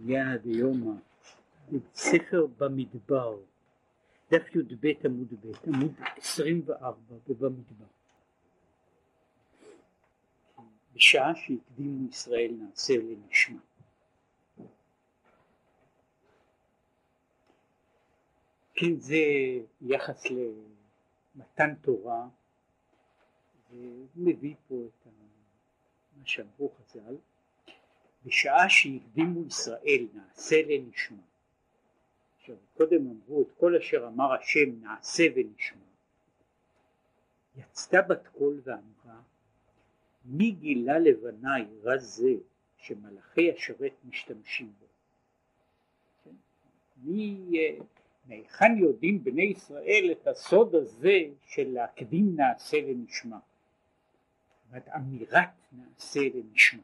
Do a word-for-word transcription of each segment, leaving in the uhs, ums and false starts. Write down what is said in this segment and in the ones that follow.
עניין עד היום, ספר במדבר, דף י"ב עמוד ב', עמוד עשרים וארבע ובמדבר. בשעה שהקדימו ישראל נעשה לנשמע. כן, זה יחס למתן תורה, והוא מביא פה את מה שאמרו חז"ל, בשעה שהקדימו ישראל נעשה לנשמע. עכשיו קודם אמרו את כל אשר אמר השם נעשה ונשמע, יצתה בת קול ואמרה, מי גילה לבניי רז זה שמלאכי השרת משתמשים בו? כן? מי, מהיכן יודעים בני ישראל את הסוד הזה של להקדים נעשה לנשמע? זאת אומרת, אמירת נעשה לנשמע.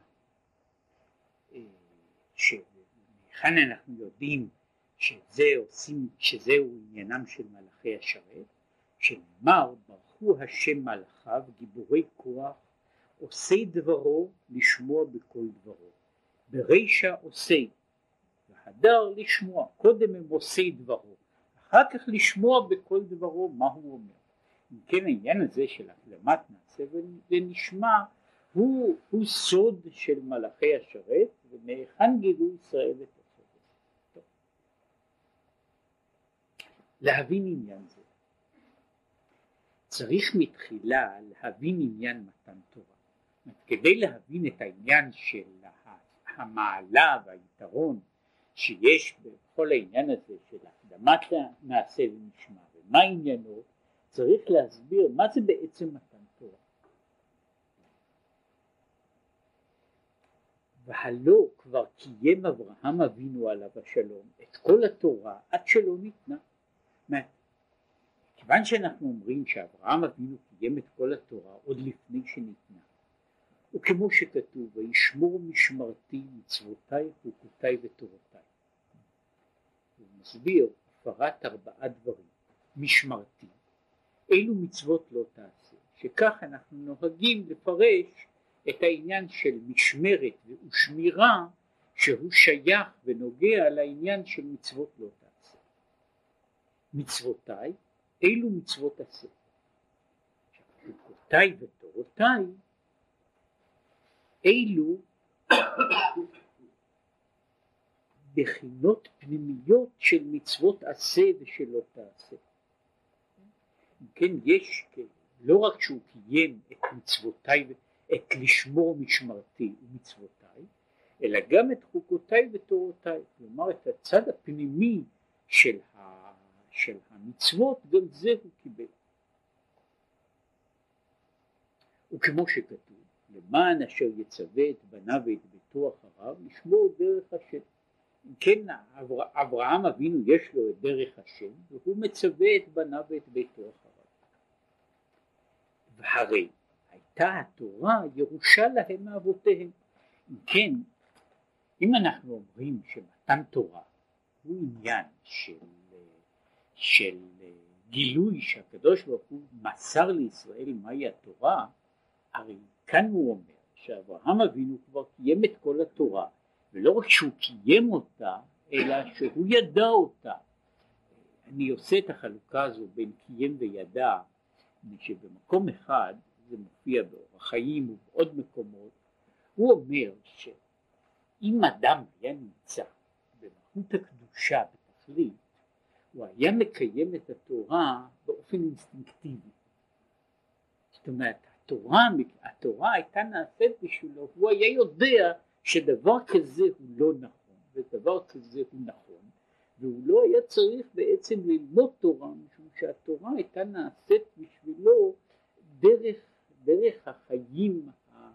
שמהיכן אנחנו יודעים שזה עושים, שזהו עניינם של מלאכי השרת, שנאמר ברכו השם מלאכיו גיבורי כוח, עושי דברו לשמוע בכל דברו, ברישא עושי והדר לשמוע, קודם הם עושי דברו, אחר כך לשמוע בכל דברו מה הוא אומר. אם כן, העניין הזה של הקדמת נעשה ונשמע הוא, הוא סוד של מלאכי השרת, ומהיכן גילו ישראל את הסוד הזה. להבין עניין זה צריך מתחילה להבין עניין מתן תורה. כדי להבין את העניין של המעלה והיתרון שיש בכל העניין הזה של הקדמת נעשה ונשמע ומה עניינו, צריך להסביר מה זה בעצם מתן תורה. והלא כבר קיים אברהם אבינו עליו השלום את כל התורה עד שלא ניתנה. כיוון שאנחנו אומרים שאברהם אבינו קיים את כל התורה עוד לפני שניתנה, וכמו שכתוב וישמור משמרתי מצוותיי חוקותיי ותורותיי, הוא מסביר הפרת ארבעה דברים. משמרתי, אילו מצוות לא תעשה, שכך אנחנו נוהגים לפרש את העניין של משמרת ושמירה, שהוא שייך ונוגע לעניין של מצוות לא תעשה. מצוותיי, אילו מצוות עשה. חוקותיי ותורותיי, אילו בחינות פנימיות של מצוות עשה ושלא תעשה. כן, יש, לא רק שהוא קיים את מצוותיי, את לשמור משמרתי ומצוותיי, אלא גם את חוקותיי ותורותיי. כלומר, את הצד הפנימי של, ה, של המצוות, גם זה הוא קיבל. וכמו שכתוב, למען אשר יצווה את בניו ואת ביתו אחריו, לשמור דרך השם. כן, אבר, אברהם אבינו יש לו את דרך השם, והוא מצווה את בניו ואת ביתו אחריו. והרי הייתה התורה ירושה להם מאבותיהם. כן, אם אנחנו אומרים שמתן תורה הוא עניין של, של גילוי שהקדוש ברוך הוא מסר לישראל מהי התורה, הרי כאן הוא אומר שאברהם אבינו כבר קיים את כל התורה, ולא רק שהוא קיים אותה, אלא שהוא ידע אותה. אני עושה את החלוקה הזו בין קיים וידע, שבמקום אחד, זה מופיע באורח חיים ובעוד מקומות, הוא אומר שאם אדם היה נמצא במהות הקדושה בתכלית, הוא היה מקיים את התורה באופן אינסטינקטיבי. זאת אומרת, התורה, התורה הייתה נעשית בשבילו, הוא היה יודע שדבר כזה הוא לא נכון, ודבר כזה הוא נכון, והוא לא היה צריך בעצם ללמוד תורה, משום שהתורה הייתה נעשית בשבילו דרך, דרך החיים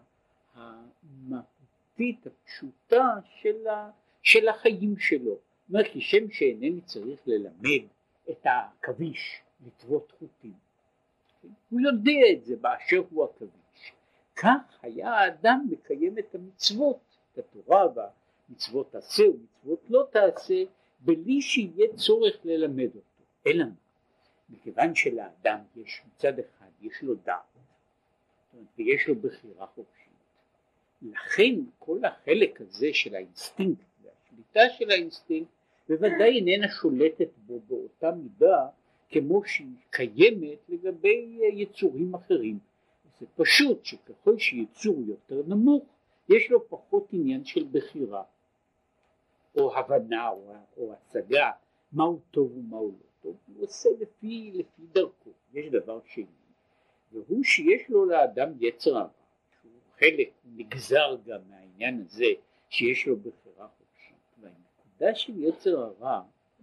המהותית הפשוטה של, ה, של החיים שלו. זאת אומרת, כשם שאינני צריך ללמד את העכביש לטוות חוטים, הוא יודע את זה באשר הוא עכביש. כך היה האדם מקיים את המצוות, את התורה והמצוות תעשה ומצוות לא תעשה, בלי שיהיה צורך ללמד אותו. אלא מה? מכיוון שלאדם יש מצד אחד, יש לו דעת, ויש לו בחירה חופשית, לכן כל החלק הזה של האינסטינקט והשליטה השליטה של האינסטינקט בוודאי איננה שולטת בו באותה מידה כמו שהיא קיימת לגבי יצורים אחרים. זה פשוט שככל שיצור יותר נמוך יש לו פחות עניין של בחירה או הבנה או, או השגה מהו טוב ומהו לא טוב, הוא עושה לפי, לפי דרכו. יש דבר שני, והוא שיש לו לאדם יצר הרע, שהוא חלק, נגזר גם מהעניין הזה שיש לו בחירה חופשית. והנקודה של יצר הרע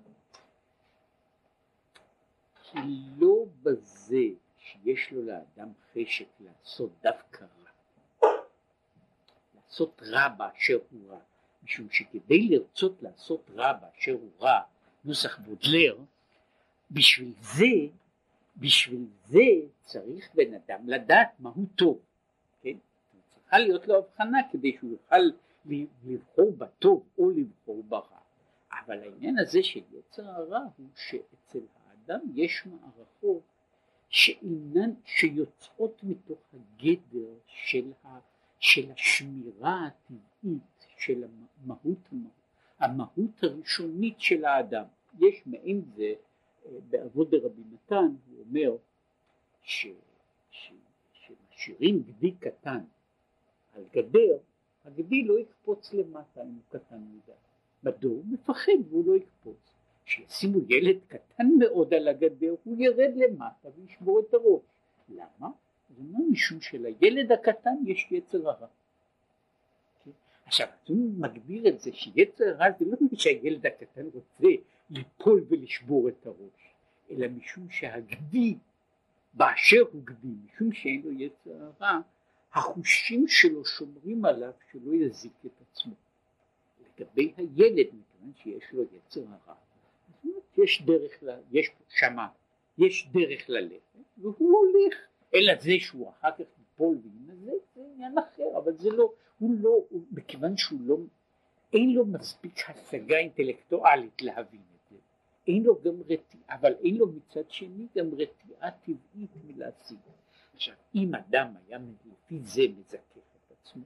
היא לא בזה שיש לו לאדם חשק לעשות דווקא רע, לעשות רע באשר הוא רע, משום שכדי לרצות לעשות רע באשר הוא רע, נוסח בודלר, בשביל זה, בשביל זה צריך בן אדם לדעת מהו טוב, כן? צריכה להיות לו הבחנה כדי שהוא יוכל לבחור בטוב או לבחור ברע. אבל העניין הזה של יצר הרע הוא שאצל האדם יש מערכות שאינן, שיוצאות מתוך הגדר של, ה, של השמירה הטבעית, של המהות, המהות הראשונית של האדם. יש מעין זה, בעבוד רבי נתן, הוא אומר ש, ש, שמשאירים גדי קטן על גדר, הגדי לא יקפוץ למטה אם הוא קטן מדי. מדוע? הוא מפחד והוא לא יקפוץ. כשישימו ילד קטן מאוד על הגדר, הוא ירד למטה וישבור את הראש. למה? זה אומר משום שלילד הקטן יש יצר הרע. עכשיו, הוא מגדיר את זה שיצר הרע זה לא משום שהילד הקטן רוצה ליפול ולשבור את הראש, אלא משום שהגדי, באשר הוא גדי, משום שאין לו יצר הרע, החושים שלו שומרים עליו שלא יזיק את עצמו. לגבי הילד, מכיוון שיש לו יצר הרע, יש דרך, יש שמה, יש דרך ללכת, והוא הולך, אלא זה שהוא אחר כך ייפול וינזק, זה עניין אחר, אבל זה לא, הוא לא, הוא, מכיוון שהוא לא, אין לו מספיק השגה אינטלקטואלית להבין את זה, אין לו גם רתיעה, אבל אין לו מצד שני גם רתיעה טבעית מלהשיג. עכשיו, אם אדם היה לפי זה מזכך את עצמו,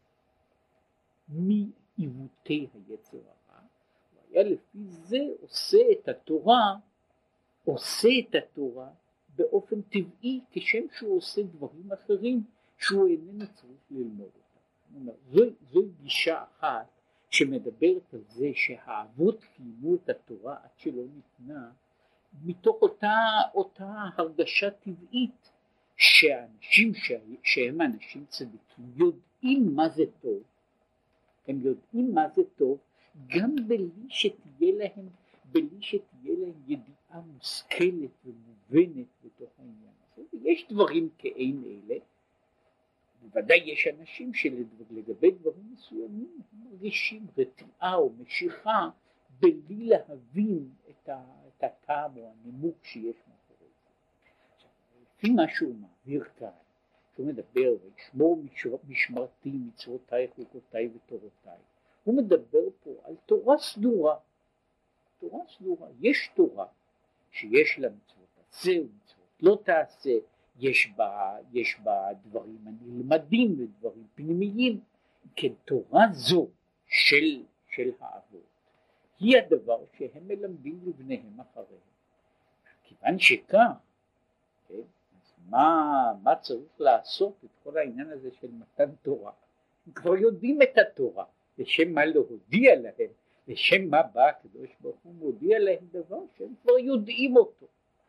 מעיוותי היצר הרע, הוא היה לפי זה עושה את התורה, עושה את התורה באופן טבעי, כשם שהוא עושה דברים אחרים שהוא איננו צריך ללמוד אותם. זו, זו גישה אחת שמדברת על זה שהאבות קיימו את התורה עד שלא ניתנה, מתוך אותה, אותה הרגשה טבעית שהאנשים שהם אנשים צדיקים יודעים מה זה טוב, הם יודעים מה זה טוב גם בלי שתהיה להם, בלי שתהיה להם ידיעה מושכלת ומובנת בתוך העניין הזה. יש דברים כאין אלה, בוודאי יש אנשים שלגבי דברים מסוימים מרגישים רתיעה או משיכה בלי להבין את, ה, את הטעם או הנימוק שיש מאחורי זה. לפי מה שהוא מעביר כאן, שהוא מדבר וישמור משמרתי מצוותיי חוקותיי ותורותיי, הוא מדבר פה על תורה סדורה. תורה סדורה, יש תורה שיש לה מצוות תעשה ומצוות לא תעשה, יש בה, יש בה דברים הנלמדים ודברים פנימיים. כן, תורה זו של, של האבות היא הדבר שהם מלמדים לבניהם אחריהם. כיוון שכך, כן, אז מה, מה צריך לעשות את כל העניין הזה של מתן תורה? הם כבר יודעים את התורה, לשם מה להודיע להם, לשם מה בא הקדוש ברוך הוא מודיע להם דבר שהם כבר יודעים אותו.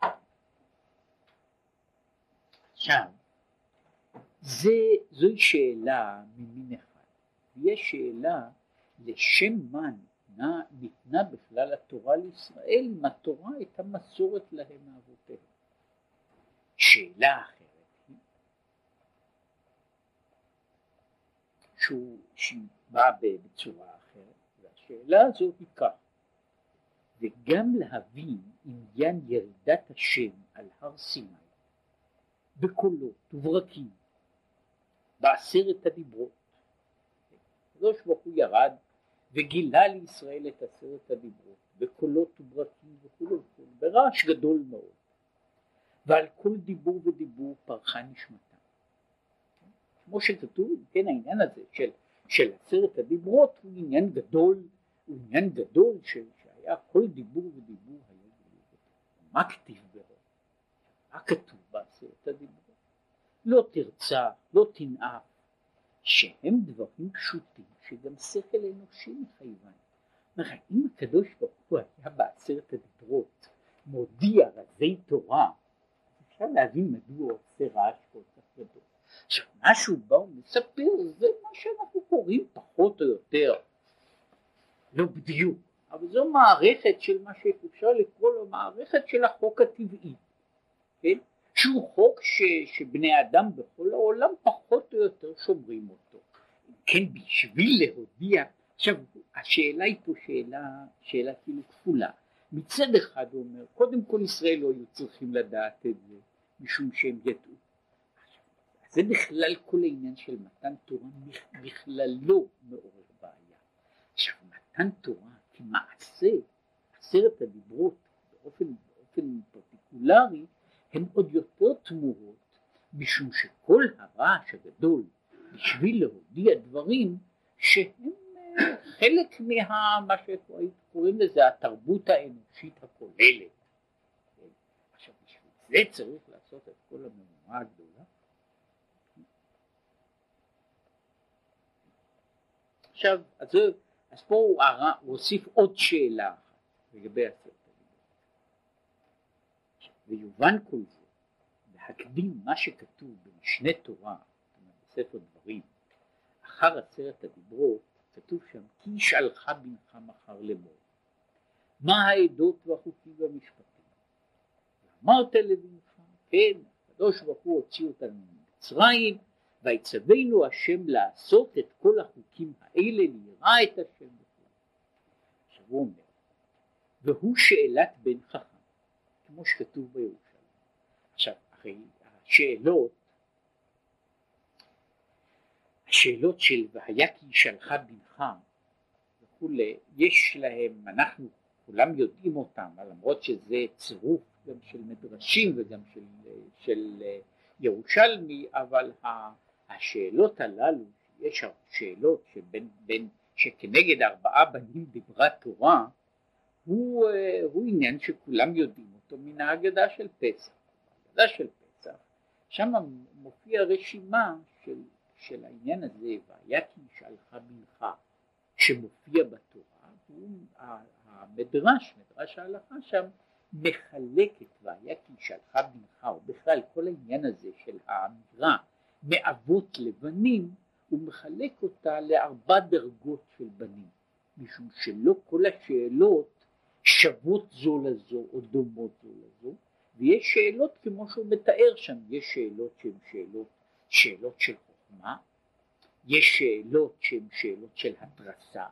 עכשיו, זה, זוהי שאלה ממין אחד, ויש שאלה לשם מה ניתנה, ניתנה בכלל התורה לישראל, אם התורה הייתה מסורת להם מאבותיהם. שאלה אחרת היא, שהוא, שהיא באה בצורה אחרת, והשאלה הזו היא כך, וגם להבין עניין ירידת השם על הר סיני, בקולות וברקים, בעשרת הדיברות. הקדוש ברוך הוא ירד וגילה לישראל את עשרת הדיברות, בקולות וברקים וכו', ברעש גדול מאוד, ועל כל דיבור ודיבור פרחה נשמתה. כמו שכתוב, כן, העניין הזה של, של עשרת הדיברות הוא עניין גדול, הוא עניין גדול שהיה כל דיבור ודיבור היה מה כתיב בו, מה כתוב בעשרת הדיברות, לא תרצח, לא תנאף, שהם דברים פשוטים שגם שכל אנושי מחייבן. אם הקדוש ברוך הוא היה בעשרת הדיברות מודיע רזי תורה, אפשר להבין מדוע הוא עושה רעש כל כך גדול. עכשיו מה שהוא בא ומספר זה מה שאנחנו קוראים פחות או יותר, לא בדיוק, אבל זו מערכת של מה שאפשר לקרוא לו מערכת של החוק הטבעי, כן? שהוא חוק ש, שבני אדם בכל העולם פחות או יותר שומרים אותו. כן, בשביל להודיע, עכשיו השאלה היא פה שאלה, שאלה כאילו כפולה. מצד אחד הוא אומר, קודם כל ישראל לא היו צריכים לדעת את זה, משום שהם ידעו. זה בכלל כל העניין של מתן תורה בכלל לא מעורר בעיה. עכשיו מתן תורה כמעשה, עשרת הדיברות באופן, באופן פרטיקולרי, הן עוד יותר תמורות, משום שכל הרעש הגדול בשביל להודיע דברים שהם חלק מה, מה שקוראים לזה התרבות האנושית הכוללת. עכשיו בשביל זה צריך לעשות את כל המהומה הגדולה. עכשיו, אז, אז פה הוא, הוא הוסיף עוד שאלה אחת לגבי עשרת הדיברות. ויובן כל זה, להקדים מה שכתוב במשנה תורה, בספר דברים, אחר עשרת הדיברות, כתוב שם, כי ישאלך בנך מחר לאמור, מה העדות והחוקים והמשפטים? ואמרת לבנך, כן, הקדוש ברוך הוא הוציא אותנו ממצרים, ויצווינו השם לעשות את כל החוקים האלה, לירא את השם וכו'. עכשיו הוא אומר, והוא שאלת בן חכם, כמו שכתוב בירושלים. עכשיו, הרי השאלות, השאלות של והיה כי ישאלך בנך וכולי, יש להם, אנחנו כולם יודעים אותם, למרות שזה צירוף גם של מדרשים וגם של, של ירושלמי, אבל השאלות הללו, יש שאלות שבין, בין, שכנגד ארבעה בנים דיברה תורה, הוא, הוא עניין שכולם יודעים אותו מן ההגדה של פסח. ההגדה של פסח, שם מופיע רשימה של, של העניין הזה, והיה כי ישאלך בנך, שמופיע בתורה, הוא, המדרש, מדרש ההלכה שם, מחלק את והיה כי ישאלך בנך, או בכלל כל העניין הזה של האמירה, מאבות לבנים, הוא מחלק אותה לארבע דרגות של בנים, משום שלא כל השאלות שוות זו לזו או דומות זו לזו, ויש שאלות כמו שהוא מתאר שם, יש שאלות שהן שאלות, שאלות של חוכמה, יש שאלות שהן שאלות של התרסה,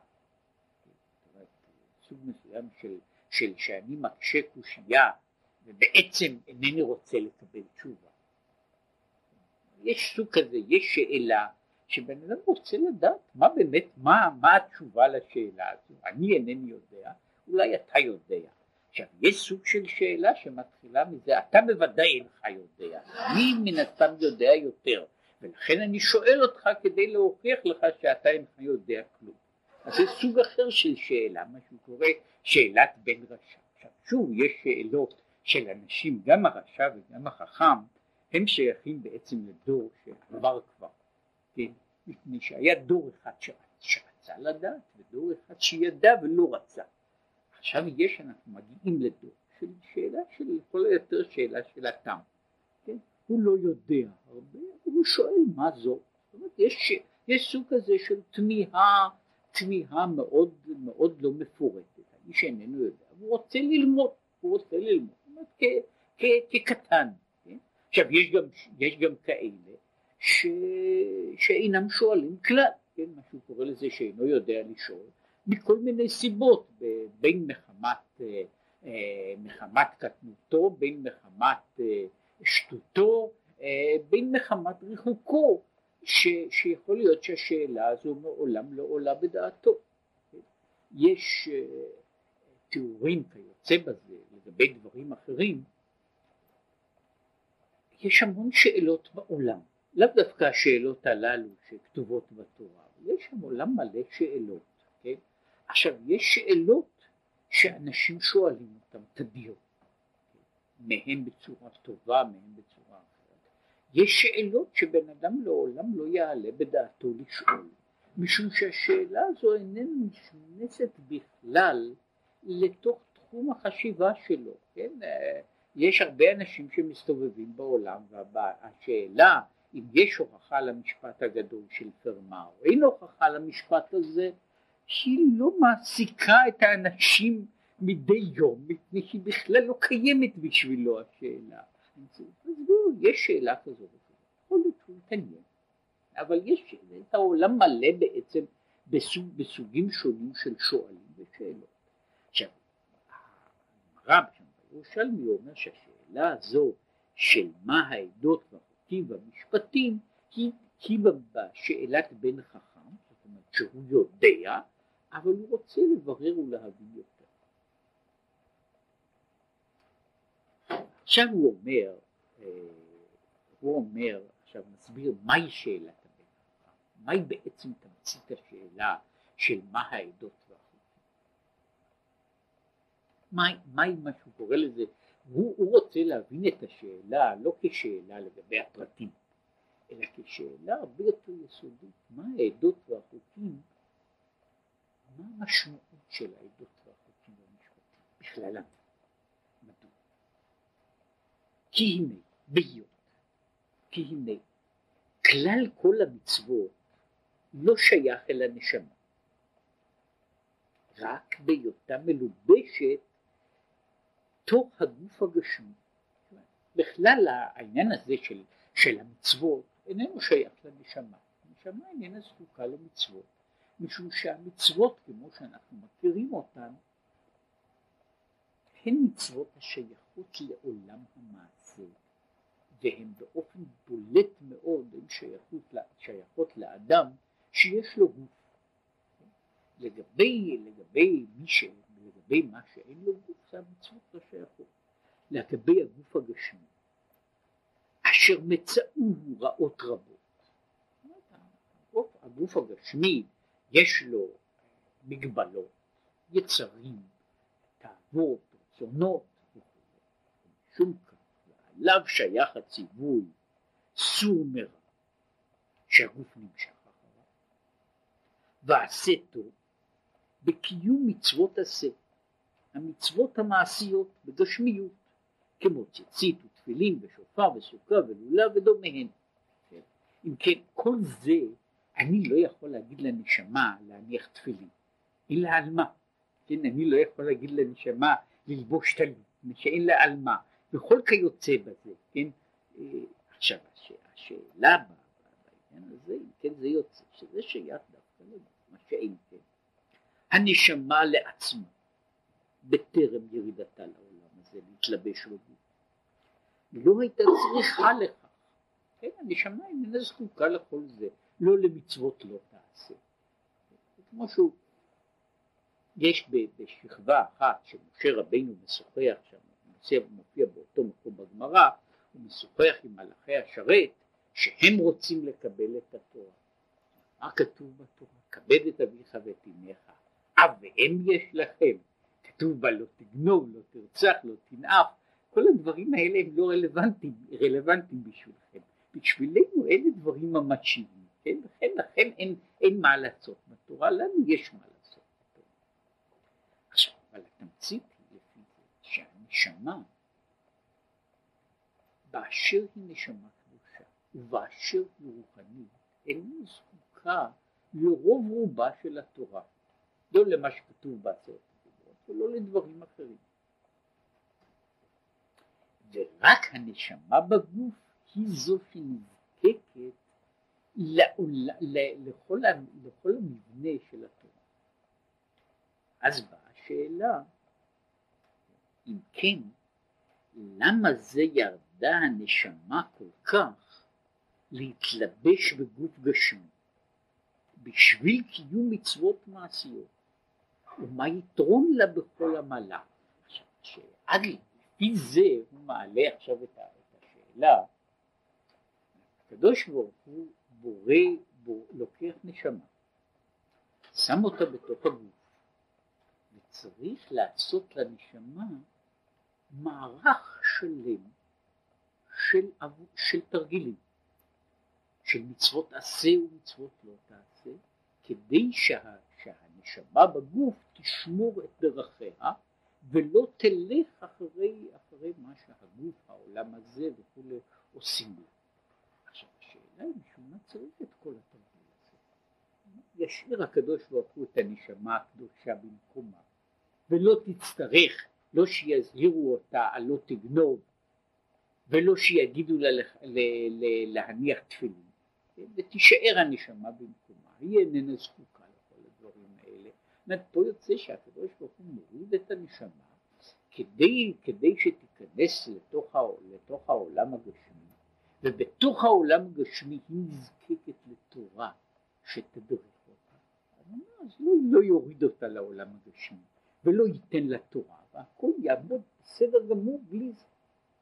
סוג מסוים של, של שאני מקשה קושייה ובעצם אינני רוצה לקבל תשובה. יש סוג כזה, יש שאלה שבן אדם רוצה לדעת מה באמת, מה, מה התשובה לשאלה הזו, אני אינני יודע, אולי אתה יודע. עכשיו יש סוג של שאלה שמתחילה מזה, אתה בוודאי אינך יודע, אני מן הסתם יודע יותר, ולכן אני שואל אותך כדי להוכיח לך שאתה אינך יודע כלום. אז זה סוג אחר של שאלה, מה שהוא קורא שאלת בן רשע. עכשיו שוב יש שאלות של אנשים, גם הרשע וגם החכם, הם שייכים בעצם לדור שעבר כבר, כן? מפני שהיה דור אחד שרצה לדעת, ודור אחד שידע ולא רצה. עכשיו יש, אנחנו מגיעים לדור של שאלה של כל היותר שאלה של התם, כן? הוא לא יודע הרבה, הוא שואל מה זו. זאת אומרת, יש, יש סוג כזה של תמיהה, תמיהה מאוד מאוד לא מפורטת. האיש איננו יודע, הוא רוצה ללמוד, הוא רוצה ללמוד, זאת אומרת, כ, כ, כקטן. כן? עכשיו יש גם, יש גם כאלה ש, שאינם שואלים כלל, כן? מה שהוא קורא לזה שאינו יודע לשאול, מכל מיני סיבות, בין מחמת, מחמת קטנותו, בין מחמת שטותו, בין מחמת ריחוקו, ש, שיכול להיות שהשאלה הזו מעולם לא עולה בדעתו. יש תיאורים כיוצא בזה לגבי דברים אחרים, יש המון שאלות בעולם, לאו דווקא השאלות הללו שכתובות בתורה, יש שם עולם מלא שאלות, כן? עכשיו יש שאלות שאנשים שואלים אותם תדיר, מהם בצורה טובה, מהם בצורה אחרת. יש שאלות שבן אדם לעולם לא יעלה בדעתו לשאול, משום שהשאלה הזו איננה נכנסת בכלל לתוך תחום החשיבה שלו, כן? יש הרבה אנשים שמסתובבים בעולם, והשאלה אם יש הוכחה למשפט הגדול של פרמה או אין הוכחה למשפט הזה, היא לא מעסיקה את האנשים מדי יום, מפני שהיא בכלל לא קיימת בשבילו השאלה. אז יש שאלה כזו, יכול להיות שהוא מתעניין, אבל יש את העולם מלא בעצם בסוג, בסוגים שונים של שואלים ושאלות. עכשיו, הרב שם בירושלמי אומר שהשאלה הזו של מה העדות והחוקים והמשפטים היא, היא בשאלת בן חכם, זאת אומרת שהוא יודע, אבל הוא רוצה לברר ולהבין יותר. עכשיו הוא אומר, הוא אומר, עכשיו מסביר מהי שאלת הבן חכם, מהי בעצם תמצית השאלה של מה העדות והחוקים. מהי, מהי מה שהוא קורא לזה, הוא, הוא רוצה להבין את השאלה לא כשאלה לגבי הפרטים, אלא כשאלה הרבה יותר יסודית, מה העדות והחוקים, מה המשמעות של העדות והחוקים והמשפטים בכללם. מדוע? כי הנה ביות, כי הנה כלל כל המצוות לא שייך אל הנשמה, רק בהיותה מלובשת תוך הגוף הגשמי. בכלל העניין הזה של, של המצוות איננו שייך לנשמה, הנשמה איננה זקוקה למצוות, משום שהמצוות כמו שאנחנו מכירים אותן הן מצוות השייכות לעולם המעשה, והן באופן בולט מאוד הן שייכות, שייכות לאדם שיש לו גוף. לגבי, לגבי מי ש... לגבי מה שאין לו גוף זה המצוות לא שייכות. לגבי הגוף הגשמי אשר מצאוהו רעות רבות, הגוף הגשמי יש לו מגבלות, יצרים, תאוות, רצונות וכו'. שום כך, ועליו שייך הציווי סור מרע, שהגוף נמשך אחריו, ועשה טוב בקיום מצוות עשה, המצוות המעשיות בגשמיות, כמו ציצית ותפילין ושופר וסוכה ולולה ודומיהן. אם כן, כל זה אני לא יכול להגיד לנשמה להניח תפילין, אלא על מה? כן, אני לא יכול להגיד לנשמה ללבוש טלית, שאין לה על מה, וכל כיוצא בזה, כן? עכשיו, השאלה בעניין הזה, כן, זה יוצא, שזה שייך דווקא מה שאין כן. הנשמה לעצמה, בטרם ירידתה לעולם הזה, להתלבש בגוף, לא הייתה צריכה לכך, כן, הנשמה איננה זקוקה לכל זה, לא למצוות לא תעשה. כמו שהוא, יש בשכבה אחת שמשה רבינו משוחח שם, מופיע באותו מקום בגמרא, הוא משוחח עם מלאכי השרת, שהם רוצים לקבל את התורה. מה כתוב בתורה? כבד את אביך ואת אמך, אב ואם יש לכם. כתוב בה לא תגנוב, לא תרצח, לא תנאף. כל הדברים האלה הם לא רלוונטיים, רלוונטיים בשבילכם. בשבילנו אלה דברים ממשיים, כן? לכן, לכן אין, אין מה לעשות בתורה, לנו יש מה לעשות בתורה. עכשיו, אבל התמצית היא לפי זה, שהנשמה, באשר היא נשמה קדושה, ובאשר היא רוחנית, אינה זקוקה לרוב רובה של התורה, לא למה שכתוב בעשרת הדיברות, ולא לדברים אחרים. ורק הנשמה בגוף היא זו שנזקקת לכל, לכל המבנה של התורה. אז באה השאלה, אם כן, למה זה ירדה הנשמה כל כך להתלבש בגוף גשמי בשביל קיום מצוות מעשיות, ומה יתרון לה בכל עמלה? עכשיו, שעד לפי זה הוא מעלה עכשיו את השאלה, הקדוש ברוך הוא בורא, בור, לוקח נשמה, שם אותה בתוך הגוף, צריך לעשות לנשמה מערך שלם של, של תרגילים, של מצוות עשה ומצוות לא תעשה, כדי שה, שהנשמה בגוף תשמור את דרכיה ולא תלך אחרי, אחרי מה שהגוף, העולם הזה וכו' עושים לה. עכשיו השאלה היא משום מה צריך את כל התרגיל הזה. ישאיר הקדוש ברוך הוא את הנשמה הקדושה במקומה, ולא תצטרך, לא שיזהירו אותה על לא תגנוב, ולא שיגידו לה להניח תפילין, ותישאר הנשמה במקומה, היא איננה זקוקה לכל הדברים האלה. פה יוצא שהקדוש ברוך הוא מוריד את הנשמה כדי, כדי שתיכנס לתוך, לתוך העולם הגשמי, ובתוך העולם הגשמי היא נזקקת לתורה שתדריך אותה. אז לא, לא יוריד אותה לעולם הגשמי ולא ייתן לה תורה, והכל יעבוד בסדר גמור בלי זה.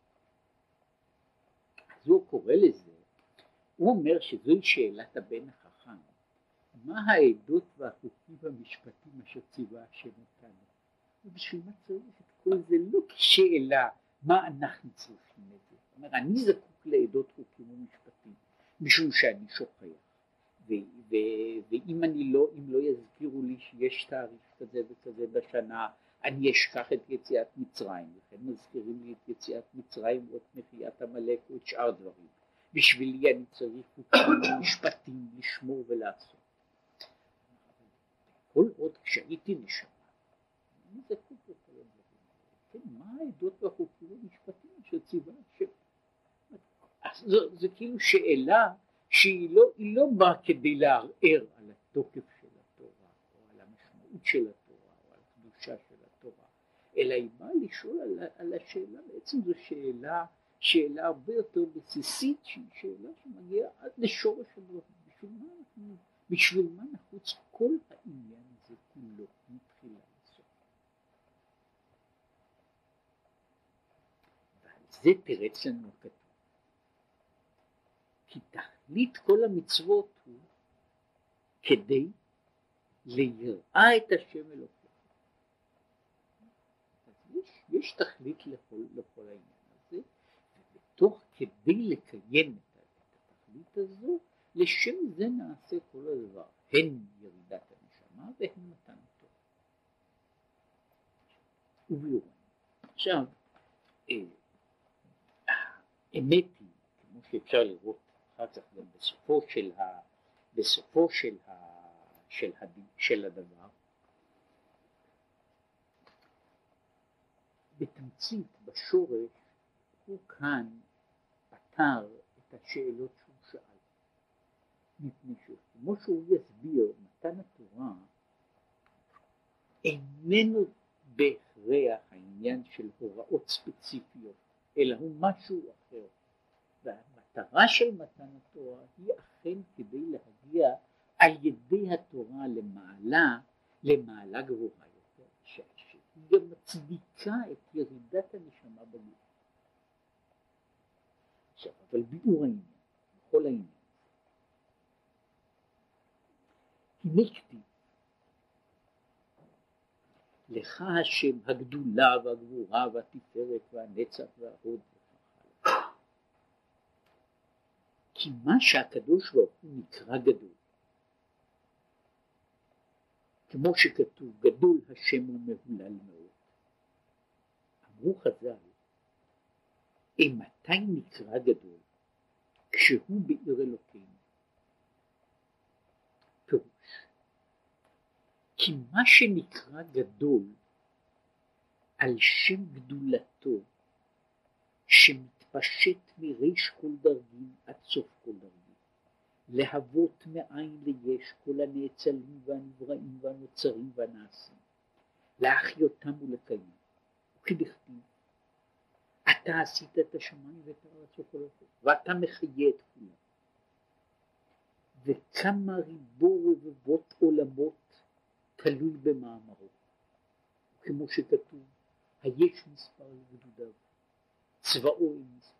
אז הוא קורא לזה, הוא אומר שזוהי שאלת הבן החכם, מה העדות והחוקים והמשפטים אשר ציווה השם אותנו? ובשביל מה צריך את כל זה? לא כשאלה מה אנחנו צריכים את זה. זאת אומרת, אני זקוק לעדות חוקים ומשפטים משום שאני שוכח, ו- ו- ואם אני לא, אם לא יזכירו לי שיש תאריך כזה וכזה בשנה, אני אשכח את יציאת מצרים, לכן מזכירים לי את יציאת מצרים או את מחיית עמלק או את שאר דברים. בשבילי אני צריך חוקים ומשפטים לשמור ולעשות. כל עוד כשהייתי נשמה, אני זקוק לכל הדברים. כן, מה העדות והחוקים ומשפטים שציווה השם? זו, זו כאילו שאלה שהיא לא, היא לא באה כדי לערער על התוקף של התורה או על המשמעות של התורה או על הקדושה של התורה, אלא היא באה לשאול על, על השאלה. בעצם זו שאלה, שאלה הרבה יותר בסיסית, שהיא שאלה שמגיעה עד לשורש הדברים. בשביל מה אנחנו, בשביל מה נחוץ כל העניין הזה כולו מתחילה לסוף? ועל זה תרץ לנו הכתוב. כי תכלית כל המצוות הוא כדי ליראה את השם אלוקיך. אז יש, יש תכלית לכל, לכל העניין הזה, ובתוך כדי לקיים את התכלית הזו, לשם זה נעשה כל הדבר, הן ירידת הנשמה והן מתן תורה. וביורן. עכשיו, האמת היא, כמו שאפשר לראות, אחר כך גם בסופו של ה, בסופו של ה, של ה, של הדבר, בתמצית בשורש הוא כאן פתר את השאלות שהוא שאל. מפני שכמו שהוא יסביר, מתן התורה איננו בהכרח העניין של הוראות ספציפיות, אלא הוא משהו אחר. והמטרה של מתן התורה היא אכן כדי להגיע על ידי התורה למעלה, למעלה גבוהה יותר, שהיא גם מצדיקה את ירידת הנשמה בגוף. עכשיו, אבל ביאור העניין, בכל העניין, הנה כתיב, לך השם הגדולה והגבורה והתפארת והנצח וההוד, כי מה שהקדוש ברוך הוא נקרא גדול, כמו שכתוב גדול השם ומהולל מאוד, אמרו חז"ל, מתי נקרא גדול? כשהוא בעיר אלוקינו. פירוש, כי מה שנקרא גדול על שם גדולתו שמתפשט מריש כל דרגים עד סוף כל דרגים, להוות מאין ליש כל הנאצלים והנבראים והנוצרים והנעשים, להחיותם ולקיים, וכדכתיב אתה עשית את השמיים ואת הארץ וכל הכל, ואתה מחיה את כולם, וכמה ריבו רבבות עולמות תלוי במאמרו, כמו שכתוב היש מספר לגדודיו, צבאו אין מספר.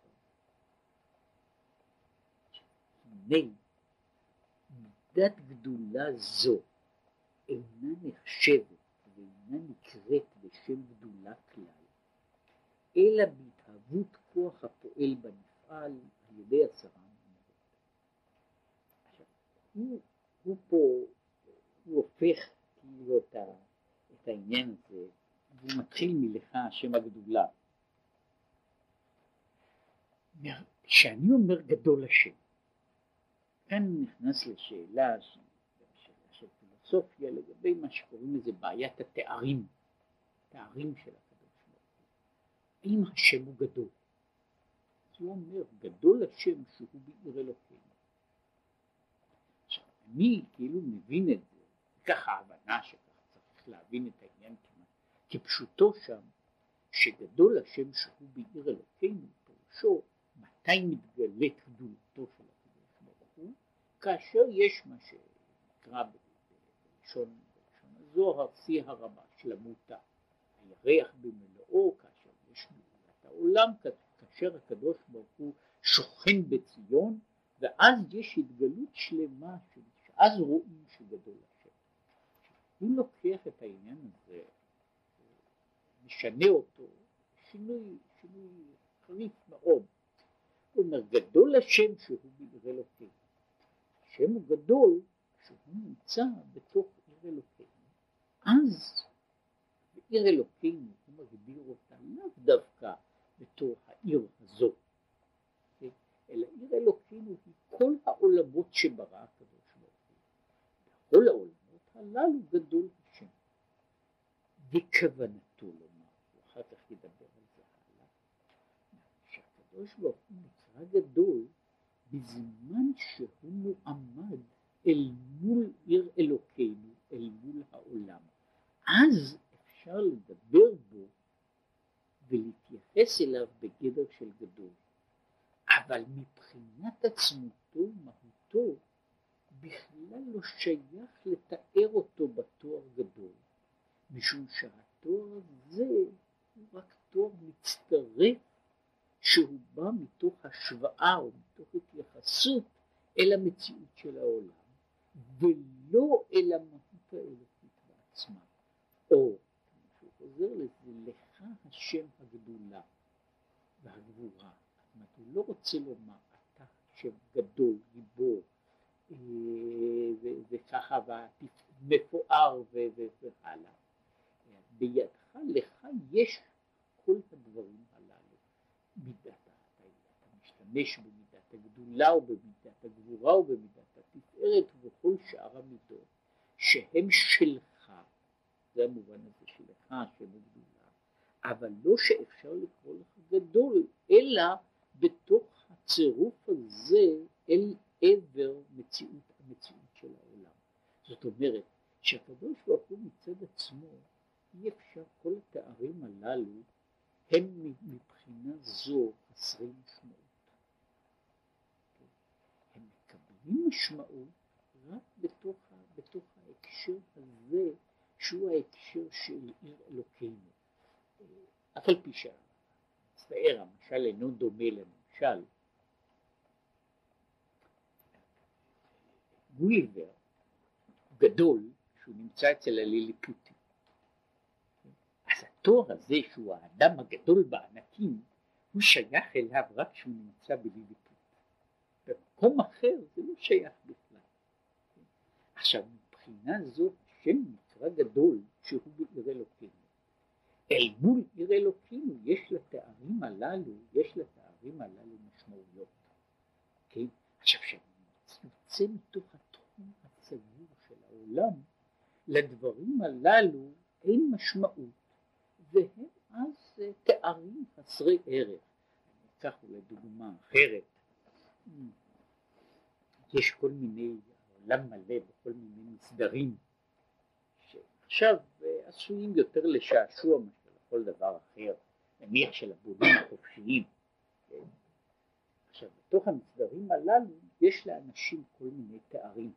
הנה מידת גדולה זו אינה נחשבת ואינה אינה נקראת בשם גדולה כלל, אלא בהתהוות כוח הפועל בנפעל על ידי עשרה מאמרות. עכשיו, הוא, הוא פה, הוא הופך כאילו את, ה, את העניין הזה, והוא מתחיל מלך השם הגדולה. כשאני אומר גדול השם, כאן נכנס לשאלה של, של, של פילוסופיה לגבי מה שקוראים לזה בעיית התארים, תארים של הקדוש ברוך הוא. האם השם הוא גדול? אז הוא אומר גדול השם שהוא בעיר אלוקינו. עכשיו אני כאילו מבין את זה, ככה ההבנה שככה צריך להבין את העניין כמעט, כפשוטו שם, שגדול השם שהוא בעיר אלוקינו, פירושו מתי מתגלית גדולתו של הקדוש ברוך הוא, כאשר יש מה שנקרא בלשון, בלשון הזוהר, שיא הרבה, שלמותה, הירח במלואו, כאשר יש גדולת העולם, כאשר הקדוש ברוך הוא שוכן בציון, ואז יש התגלות שלמה, שאז רואים שגדול השם. הוא לוקח את העניין הזה, משנה אותו, שינוי, שינוי חריף מאוד. הוא אומר, גדול השם שהוא בעיר אלוקינו. השם הוא גדול שהוא נמצא בתוך עיר אלוקינו. אז בעיר אלוקינו הוא מגדיר אותה לאו דווקא בתור העיר הזו, אלא עיר אלוקינו היא כל העולמות שברא הקדוש ברוך הוא. בכל העולמות הללו גדול השם. וכוונתו לומר, ואחר כך ידבר על זה הלאה, שהקדוש ברוך הוא נקרא גדול בזמן שהוא מועמד אל מול עיר אלוקינו, אל מול העולם. אז אפשר לדבר בו ולהתייחס אליו בגדר של גדול. אבל מבחינת עצמותו, מהותו, בכלל לא שייך לתאר אותו בתואר גדול, משום שהתואר הזה הוא רק תואר מצטרף, שהוא בא מתוך השוואה או מתוך התייחסות אל המציאות של העולם, ולא אל המהות האלוקית בעצמה. או, שהוא חוזר לזה, לך השם הגדולה והגבורה. זאת אומרת, הוא לא רוצה לומר, אתה השם גדול, גיבור, וככה, מפואר והלאה. בידך, לך יש כל הדברים הללו. מידת, אתה משתמש במידת הגדולה ובמידת הגבורה ובמידת התפארת ובכל שאר המידות שהם שלך, זה המובן הזה שלך השם הגדולה, אבל לא שאפשר לקרוא לך גדול, אלא בתוך הצירוף הזה אל עבר מציאות, המציאות של העולם. זאת אומרת שהקדוש ברוך הוא מצד עצמו, אי אפשר, כל התארים הללו הם מבחינה זו חסרי משמעות. הם מקבלים משמעות רק בתוך, בתוך ההקשר הזה, שהוא ההקשר של עיר אלוקינו. אף על פי שהמצטער, המשל אינו דומה למשל, גוליבר גדול שהוא נמצא אצל הליליפוטי. אז התואר הזה שהוא האדם הגדול בענקים, הוא שייך אליו רק שהוא נמצא בליליפוט. במקום אחר זה לא שייך בכלל. עכשיו מבחינה זו השם נקרא גדול שהוא בעיר אלוקינו. אל מול עיר אלוקינו יש לתארים הללו, יש לתארים הללו משמעויות. כן? עכשיו שאני יוצא מתוך התחום הסגור של העולם, לדברים הללו אין משמעות, והם אז תארים חסרי ערך. אני אקח אולי דוגמה אחרת. יש כל מיני, העולם מלא בכל מיני מסדרים, שעכשיו עשויים יותר לשעשוע משל כל דבר אחר, נניח של הבונים החופשיים. עכשיו בתוך המסדרים הללו יש לאנשים כל מיני תארים.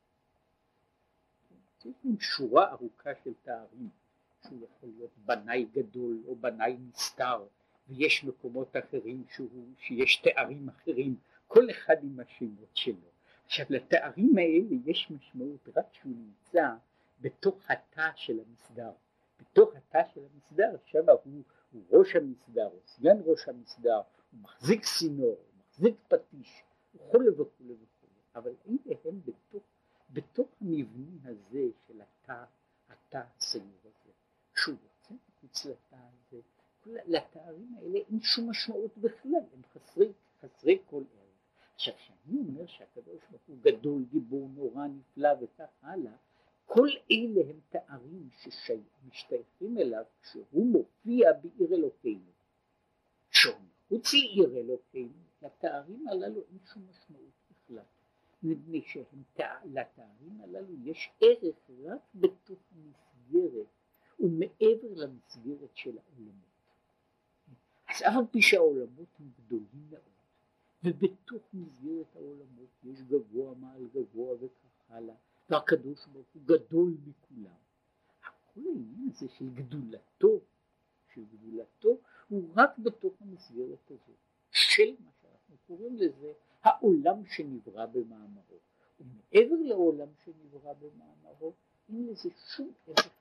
יש להם שורה ארוכה של תארים, שהוא יכול להיות בנאי גדול או בנאי נסתר, ויש מקומות אחרים שהוא, שיש תארים אחרים, כל אחד עם השמות שלו. עכשיו לתארים האלה יש משמעות רק שהוא נמצא בתוך התא של המסדר. בתוך התא של המסדר, שם הוא, הוא ראש המסדר, הוא סגן ראש המסדר, הוא מחזיק סינור, הוא מחזיק פטיש, וכולי וכולי וכולי, אבל אלה הם בתוך, בתוך המבנה הזה של התא, התא הסגור הזה, שהוא יוצא מחוץ לתא הזה, לתארים האלה אין שום משמעות בכלל, הם חסרי, חסרי כל ערך. עכשיו, כשאני אומר שהקדוש ברוך הוא גדול, גיבור, נורא, נפלא וכך הלאה, כל אלה הם תארים שמשתייכים אליו כשהוא מופיע בעיר אלוקינו. כשהוא מחוץ לעיר אלוקינו, לתארים הללו אין שום משמעות בכלל. מפני שלתארים הללו יש ערך רק בתוך המסגרת ומעבר למסגרת של העולמות. אז אף על פי שהעולמות הם גדולים מאוד, ובתוך מסגרת העולמות יש גבוה מעל גבוה וכך הלאה, והקדוש ברוך הוא גדול מכולם. כל העניין הזה של גדולתו, של גדולתו, הוא רק בתוך המסגרת הזו, של מה שאנחנו קוראים לזה, העולם שנברא במאמרו. ומעבר לעולם שנברא במאמרו, אין לזה שום ערך.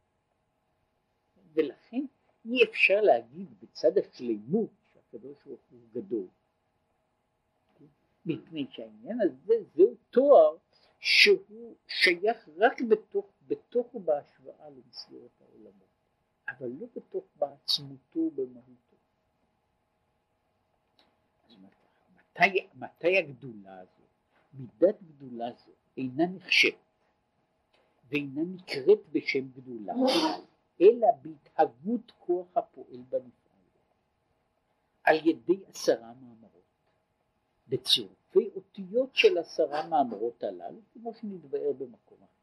ולכן אי אפשר להגיד בצד השלימות שהקדוש ברוך הוא גדול. מפני שהעניין הזה זהו תואר שהוא שייך רק בתוך, בתוך ובהשוואה למסגרת העולמות, אבל לא בתוך בעצמותו ובמהותו. אז מתי, מתי הגדולה הזו, מידת גדולה זו, אינה נחשבת ואינה נקראת בשם גדולה, אלא בהתהוות כוח הפועל בנפעל, על ידי עשרה מאמרות, בצירופי אותיות של עשרה מאמרות הללו, כמו שנתבאר במקום אחר.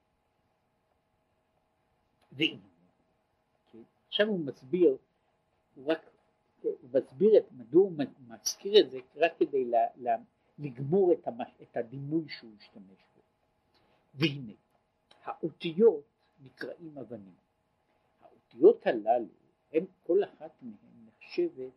והנה, כן? עכשיו הוא מסביר, הוא רק הוא מסביר את מדוע הוא מזכיר את זה, רק כדי לה, לה, לגמור את, המש, את הדימוי שהוא השתמש בו. והנה, האותיות נקראים אבנים. האותיות הללו, הם, כל אחת מהן נחשבת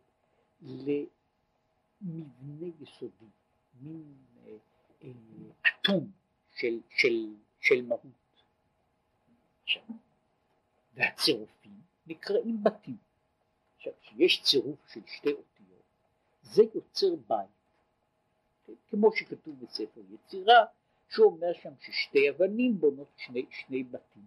למבנה יסודי, מין אה, אה, אטום של, של, של מהות. עכשיו, והצירופים נקראים בתים. עכשיו, כשיש צירוף של שתי אותיות, זה יוצר בית. כמו שכתוב בספר יצירה, שהוא אומר שם ששתי אבנים בונות שני, שני בתים.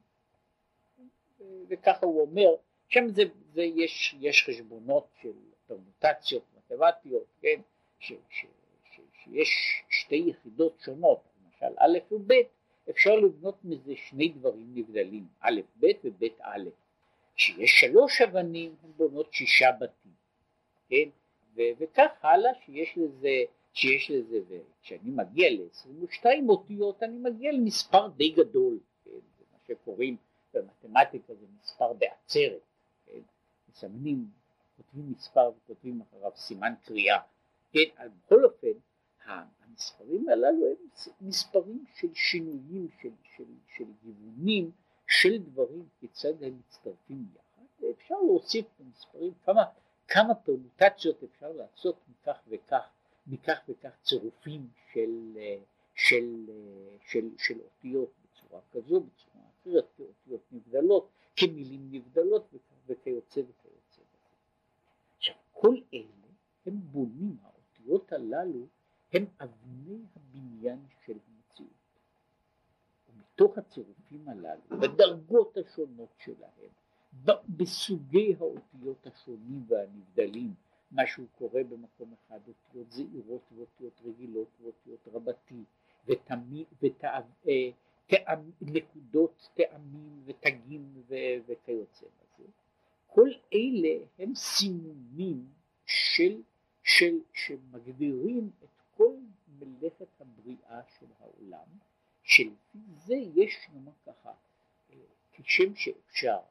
וככה הוא אומר, שם זה, זה יש, יש חשבונות של פרמוטציות מתמטיות, כן? ש, ש, ש, שיש שתי יחידות שונות, למשל א' וב', אפשר לבנות מזה שני דברים נבדלים, א' ב' וב' א'. כשיש שלוש אבנים, הן בונות שישה בתים, כן? ו- וכך הלאה, שיש לזה, שיש לזה, וכשאני מגיע ל-עשרים ושתיים אותיות, אני מגיע למספר די גדול, כן? זה מה שקוראים במתמטיקה, זה מספר בעצרת, כן? מסמנים, כותבים מספר וכותבים אחריו סימן קריאה, כן? אבל בכל אופן, המספרים הללו הם מספרים של שינויים, של, של, של גיוונים, של דברים כיצד הם מצטרפים יחד, ואפשר להוסיף במספרים כמה, כמה פרמוטציות אפשר לעשות מכך וכך, מכך וכך צירופים של, של, של, של אותיות בצורה כזו, בצורה אחרת, כאותיות נבדלות, כמילים נבדלות וכיוצא וכיוצא. עכשיו, כל אלה הם בונים, האותיות הללו הם אבני הבניין של המציאות. ומתוך הצירופים הללו, בדרגות השונות שלהם, בסוגי האותיות השונים והנבדלים, מה שהוא קורא במקום אחד, אותיות זעירות ואותיות רגילות ואותיות רבתי, ותמי, ותא, תא, נקודות, טעמים ותגים וכיוצא בזה. כל אלה הם סימונים של, של, שמגדירים את כל מלאכת הבריאה של העולם, שלפי זה יש נאמר ככה, כשם שאפשר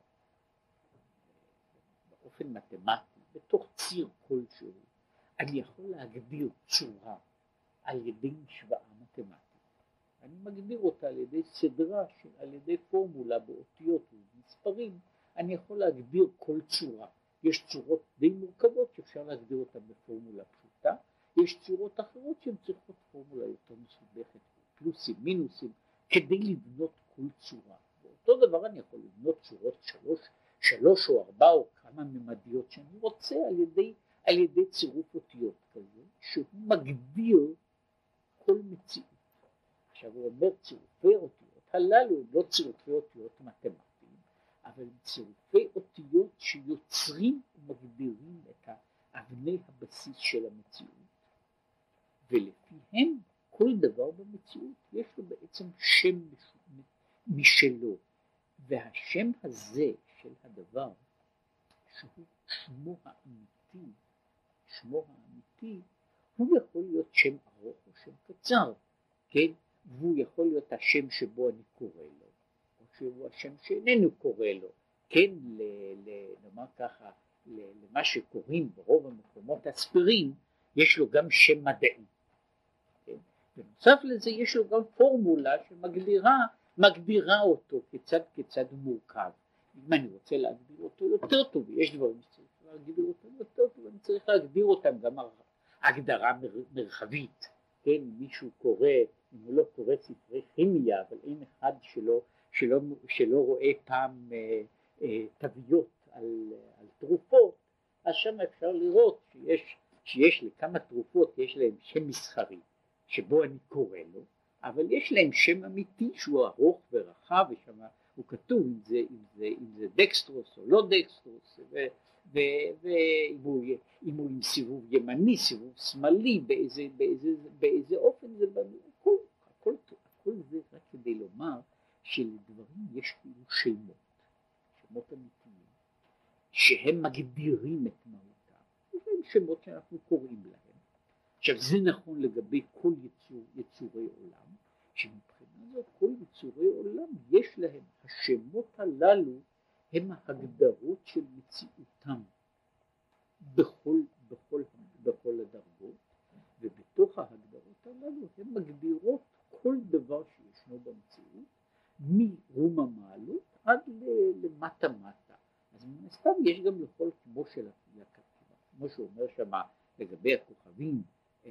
באופן מתמטי, בתוך ציר כלשהו, אני יכול להגדיר צורה על ידי משוואה מתמטית. אני מגדיר אותה על ידי סדרה, של, על ידי פורמולה באותיות ומספרים, אני יכול להגדיר כל צורה. יש צורות די מורכבות שאפשר להגדיר אותה בפורמולה פשוטה, יש צורות אחרות שהן צריכות פורמולה יותר מסובכת, פלוסים, מינוסים, כדי לבנות כל צורה. אותו דבר אני יכול לבנות שורות שלוש, שלוש או ארבע או כמה ממדיות שאני רוצה על ידי, על ידי צירוף אותיות כזה, שהוא מגדיר כל מציאות. עכשיו הוא אומר צירופי אותיות הללו, לא צירופי אותיות מתמטיים, אבל צירופי אותיות שיוצרים ומגדירים את אבני הבסיס של המציאות, ולפיהם כל דבר במציאות יש לו בעצם שם משלו, והשם הזה של הדבר שהוא שמו האמיתי, שמו האמיתי הוא יכול להיות שם ארוך או שם קצר, כן? והוא יכול להיות השם שבו אני קורא לו, או שהוא השם שאיננו קורא לו, כן? נאמר ככה, למה שקוראים ברוב המקומות הספירים יש לו גם שם מדעי, כן? בנוסף לזה יש לו גם פורמולה שמגדירה מגדירה אותו כיצד כיצד הוא מורכב. אם אני רוצה להגדיר אותו יותר טוב, יש דברים שצריך להגדיר אותם יותר טוב, אני צריך להגדיר אותם גם הגדרה מרחבית, כן? מישהו קורא, אם הוא לא קורא ספרי כימיה, אבל אין אחד שלא, שלא, שלא רואה פעם אה, אה, תוויות על, על תרופות, אז שם אפשר לראות שיש, שיש לכמה תרופות יש להם שם מסחרי שבו אני קורא לו, אבל יש להם שם אמיתי שהוא ארוך ורחב, ושם הוא כתוב אם זה, אם זה, אם זה דקסטרוס או לא דקסטרוס, ואם הוא, אם הוא עם סיבוב ימני, סיבוב שמאלי, באיזה, באיזה, באיזה אופן זה בנוי, הכל, הכל, הכל זה רק כדי לומר שלדברים יש כאילו שמות, שמות אמיתיים, שהם מגדירים את מהותם, והם שמות שאנחנו קוראים להם. עכשיו זה נכון לגבי כל יצור, יצורי עולם, שמבחינה זו כל יצורי עולם יש להם, השמות הללו הם ההגדרות של מציאותם בכל, בכל, בכל הדרגות, ובתוך ההגדרות הללו הם מגדירות כל דבר שישנו במציאות, מרום המעלות עד למטה מטה. אז מן הסתם יש גם לכל, כמו של הכתיבה, כמו שאומר שמה לגבי הכוכבים,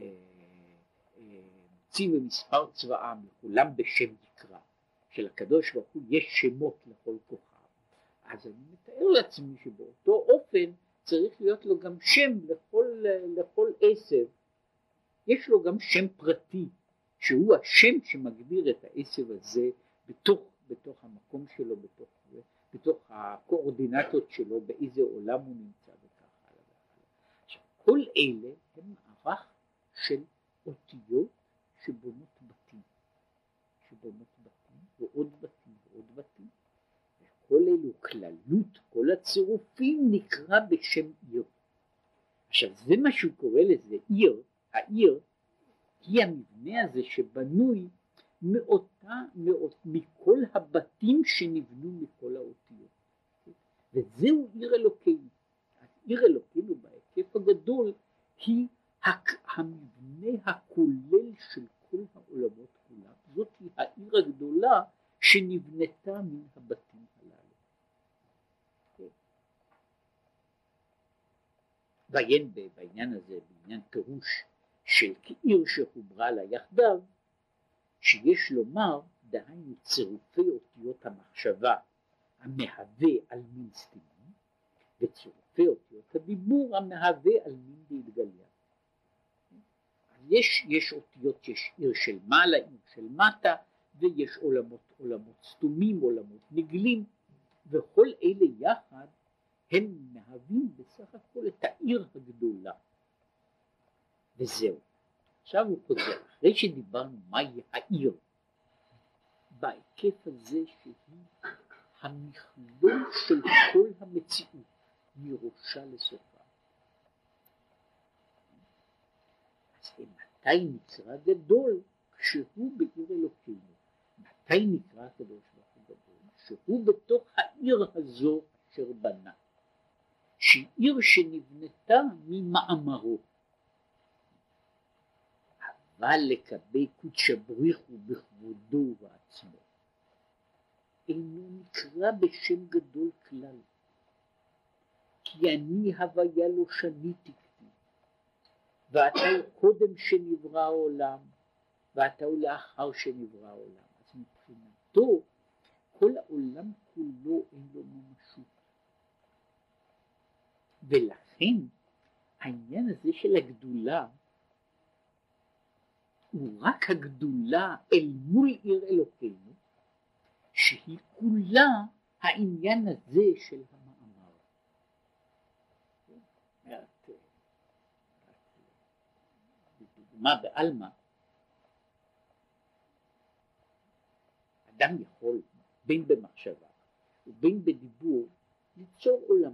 צי ומספר צבאם לכולם בשם יקרא, שלקדוש ברוך הוא יש שמות לכל כוכב. אז אני מתאר לעצמי שבאותו אופן צריך להיות לו גם שם לכל, לכל עשב, יש לו גם שם פרטי שהוא השם שמגדיר את העשב הזה בתוך, בתוך המקום שלו, בתוך, בתוך הקואורדינטות שלו, באיזה עולם הוא נמצא וכך הלאה. עכשיו כל אלה הם מערך של אותיות שבונות בתים, שבונות בתים ועוד בתים ועוד בתים, וכל אלו כללות, כל הצירופים נקרא בשם עיר. עכשיו זה מה שהוא קורא לזה עיר, העיר היא המבנה הזה שבנוי מאותה, מאות, מכל הבתים שנבנו מכל האותיות, וזהו עיר אלוקינו. אז עיר אלוקינו בהיקף הגדול היא המבנה הכולל של כל העולמות כולם, זאת היא העיר הגדולה שנבנתה מן הבתים הללו. ועיין בעניין הזה, בעניין פירוש של כעיר שחוברה לה יחדיו, שיש לומר, דהיינו צירופי אותיות המחשבה המהווה על מין סתימים, וצירופי אותיות הדיבור המהווה על מין להתגליה. יש, יש אותיות, יש עיר של מעלה, עיר של מטה, ויש עולמות, עולמות סתומים, עולמות נגלים, וכל אלה יחד הם מהווים בסך הכל את העיר הגדולה. וזהו. עכשיו הוא חוזר, אחרי שדיברנו מהי העיר, בהיקף הזה שהיא המכלול של כל המציאות, מראשה לסופה. אז מתי נקרא גדול? כשהוא בעיר אלוקינו. מתי נקרא הקדוש ברוך הוא גדול? שהוא בתוך העיר הזו אשר בנה, שהיא עיר שנבנתה ממאמרו. אבל לקבי קודשא בריך הוא בכבודו ובעצמו, אינו נקרא בשם גדול כלל, כי אני הוויה לא שניתי כתיב, ואתה הוא קודם שנברא העולם, ואתה הוא לאחר שנברא העולם. אז מבחינתו כל העולם כולו אין לו ממשות. ולכן העניין הזה של הגדולה הוא רק הגדולה אל מול עיר אלוקינו, שהיא כולה העניין הזה של המאמר. דוגמה בעלמא, אדם יכול בין במחשבה ובין בדיבור ליצור עולם.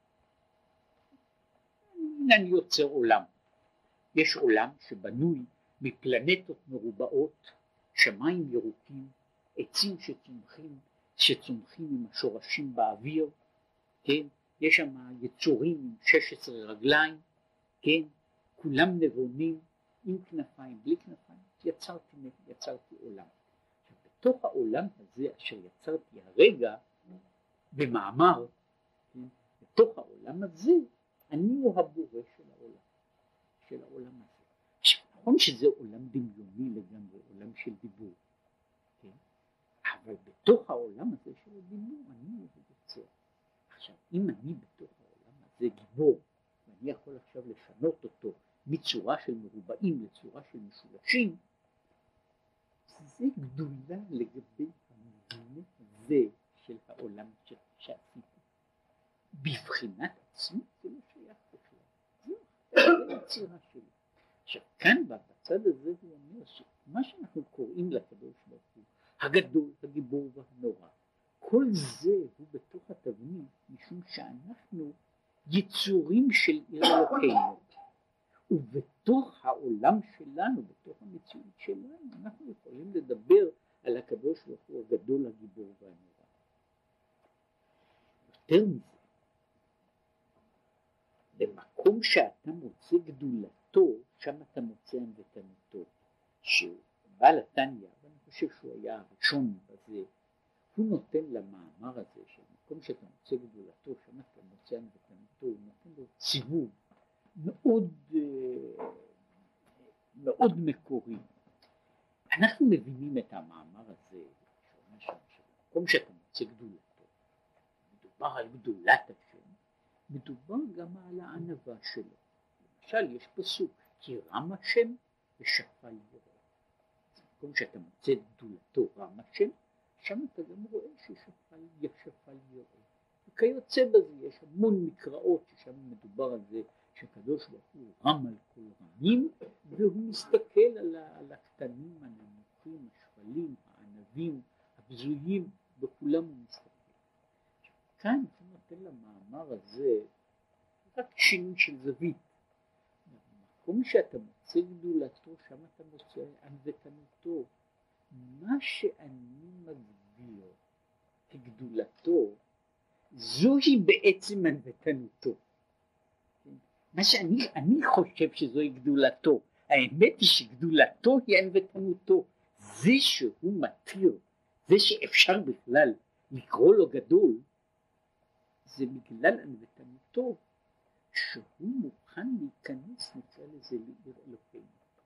הנה אני יוצר עולם. יש עולם שבנוי מפלנטות מרובעות, שמיים ירוקים, עצים שצומחים, שצומחים עם השורשים באוויר, כן? יש שם יצורים עם שש עשרה רגליים, כן? כולם נבונים, עם כנפיים, בלי כנפיים. יצרתי, יצרתי עולם. בתוך העולם הזה אשר יצרתי הרגע במאמר, כן? בתוך העולם הזה אני הוא הבורא של העולם, של העולם הזה. נכון שזה עולם דמיוני לגמרי, עולם של דיבור, כן? אבל בתוך העולם הזה של הדיבור אני הוא יוצר. עכשיו אם אני בתוך העולם הזה גיבור, ואני יכול עכשיו לשנות אותו מצורה של מרובעים לצורה של משולשים, זה גדולה לגבי המבנה הזה של העולם שעשיתי. בבחינת עצמי זה לא שייך בכלל, זה יצירה שלי. עכשיו כאן בצד הזה הוא אומר שמה שאנחנו קוראים לקדוש ברוך הוא הגדול, הגיבור והנורא, כל זה הוא בתוך התבנית, משום שאנחנו יצורים של עיר אלוקינו, ובתוך העולם שלנו, בתוך המציאות שלנו, אנחנו יכולים לדבר על הקדוש ברוך הוא הגדול, הגיבור והנורא. יותר מזה, במקום שאתה מוצא גדולתו, שם אתה מוצא ענוותנותו. שבעל התניא, ואני חושב שהוא היה הראשון בזה, הוא נותן למאמר הזה, שבמקום שאתה מוצא גדולתו, שם אתה מוצא ענוותנותו, הוא נותן לו סיבוב מאוד מאוד מקורי. אנחנו מבינים את המאמר הזה, שאומר שם, שבמקום שאתה מוצא גדולתו, מדובר על גדולת השם, מדובר גם על הענווה שלו. למשל יש פסוק, כי רם השם ושפל יראה. במקום שאתה מוצא גדולתו רם השם, שם אתה גם רואה ששפל ישפל יראה. וכיוצא בזה יש המון מקראות ששם מדובר על זה, שקדוש ברוך הוא רם על כל רמים, והוא מסתכל על, על הקטנים, הנמוכים, השפלים, הענבים, הבזויים, בכולם הוא מסתכל. כאן הוא נותן למאמר הזה רק שינוי של זווית. במקום שאתה מוצא גדולתו, שם אתה מוצא ענוותנותו. מה שאני מגדיר כגדולתו, זוהי בעצם ענוותנותו. מה שאני אני חושב שזוהי גדולתו, האמת היא שגדולתו היא ענוותנותו. זה שהוא מתיר, זה שאפשר בכלל לקרוא לו גדול, זה בגלל ענוותנותו, שהוא מוכן להיכנס, נקרא לזה, לעיר אלוקינו.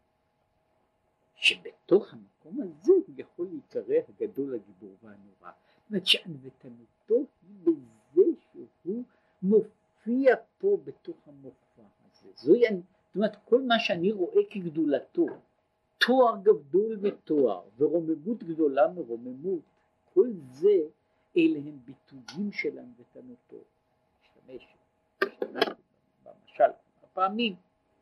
שבתוך המקום הזה הוא יכול להיקרא הגדול, הגיבור והנורא. זאת אומרת שענוותנותו היא בזה שהוא מופיע פה בתוך המופע הזה. זוהי, זאת אומרת, כל מה שאני רואה כגדולתו, תואר גדול מתואר ורוממות גדולה מרוממות, כל זה אלה הם ביטויים של ענוותנותו. משתמש, במשל, הפעמים,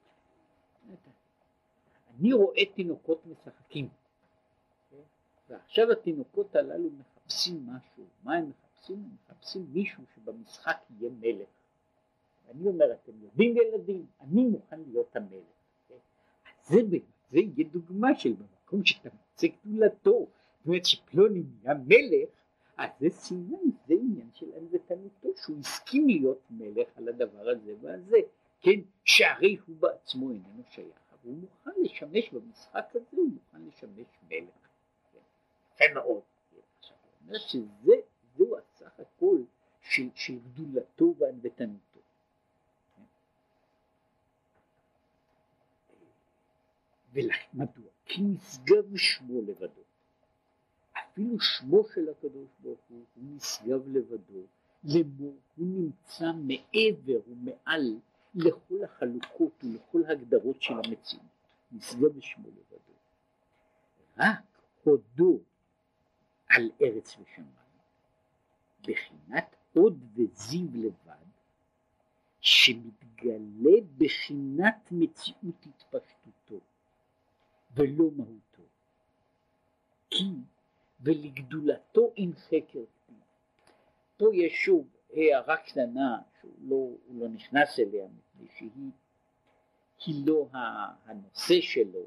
אני רואה תינוקות משחקים, ועכשיו התינוקות הללו מחפשים משהו. מה הם מחפשים? הם מחפשים מישהו שבמשחק יהיה מלך. אני אומר, אתם יודעים ילדים, אני מוכן להיות המלך. אז זה, זה יהיה דוגמה של במקום שאתה מוצא גדולתו, זאת אומרת שפלוני נהיה מלך, אז זה סימן, זה עניין של ענוותנותו, שהוא הסכים להיות מלך על הדבר הזה והזה, כן, שהרי הוא בעצמו איננו שייך, אבל הוא מוכן לשמש במשחק הזה, הוא מוכן לשמש מלך. יפה מאוד. עכשיו, הוא אומר שזה, זהו הסך הכל של, של גדולתו וענוותנותו. ולכן מדוע? כי נשגב שמו לבדו. אז אפילו שמו של הקדוש ברוך הוא, הוא נשגב לבדו, לאמור, הוא נמצא מעבר ומעל לכל החלוקות ולכל ההגדרות של המציאות, נשגב בשמו לבדו. רק הודו על ארץ ושמיים, בחינת הוד וזיו לבד, שמתגלה בחינת מציאות התפשטותו ולא מהותו, כי ולגדולתו אין חקר. פה יש שוב הערה קטנה שהוא לא, הוא לא נכנס אליה, מפני שהיא היא לא הנושא שלו.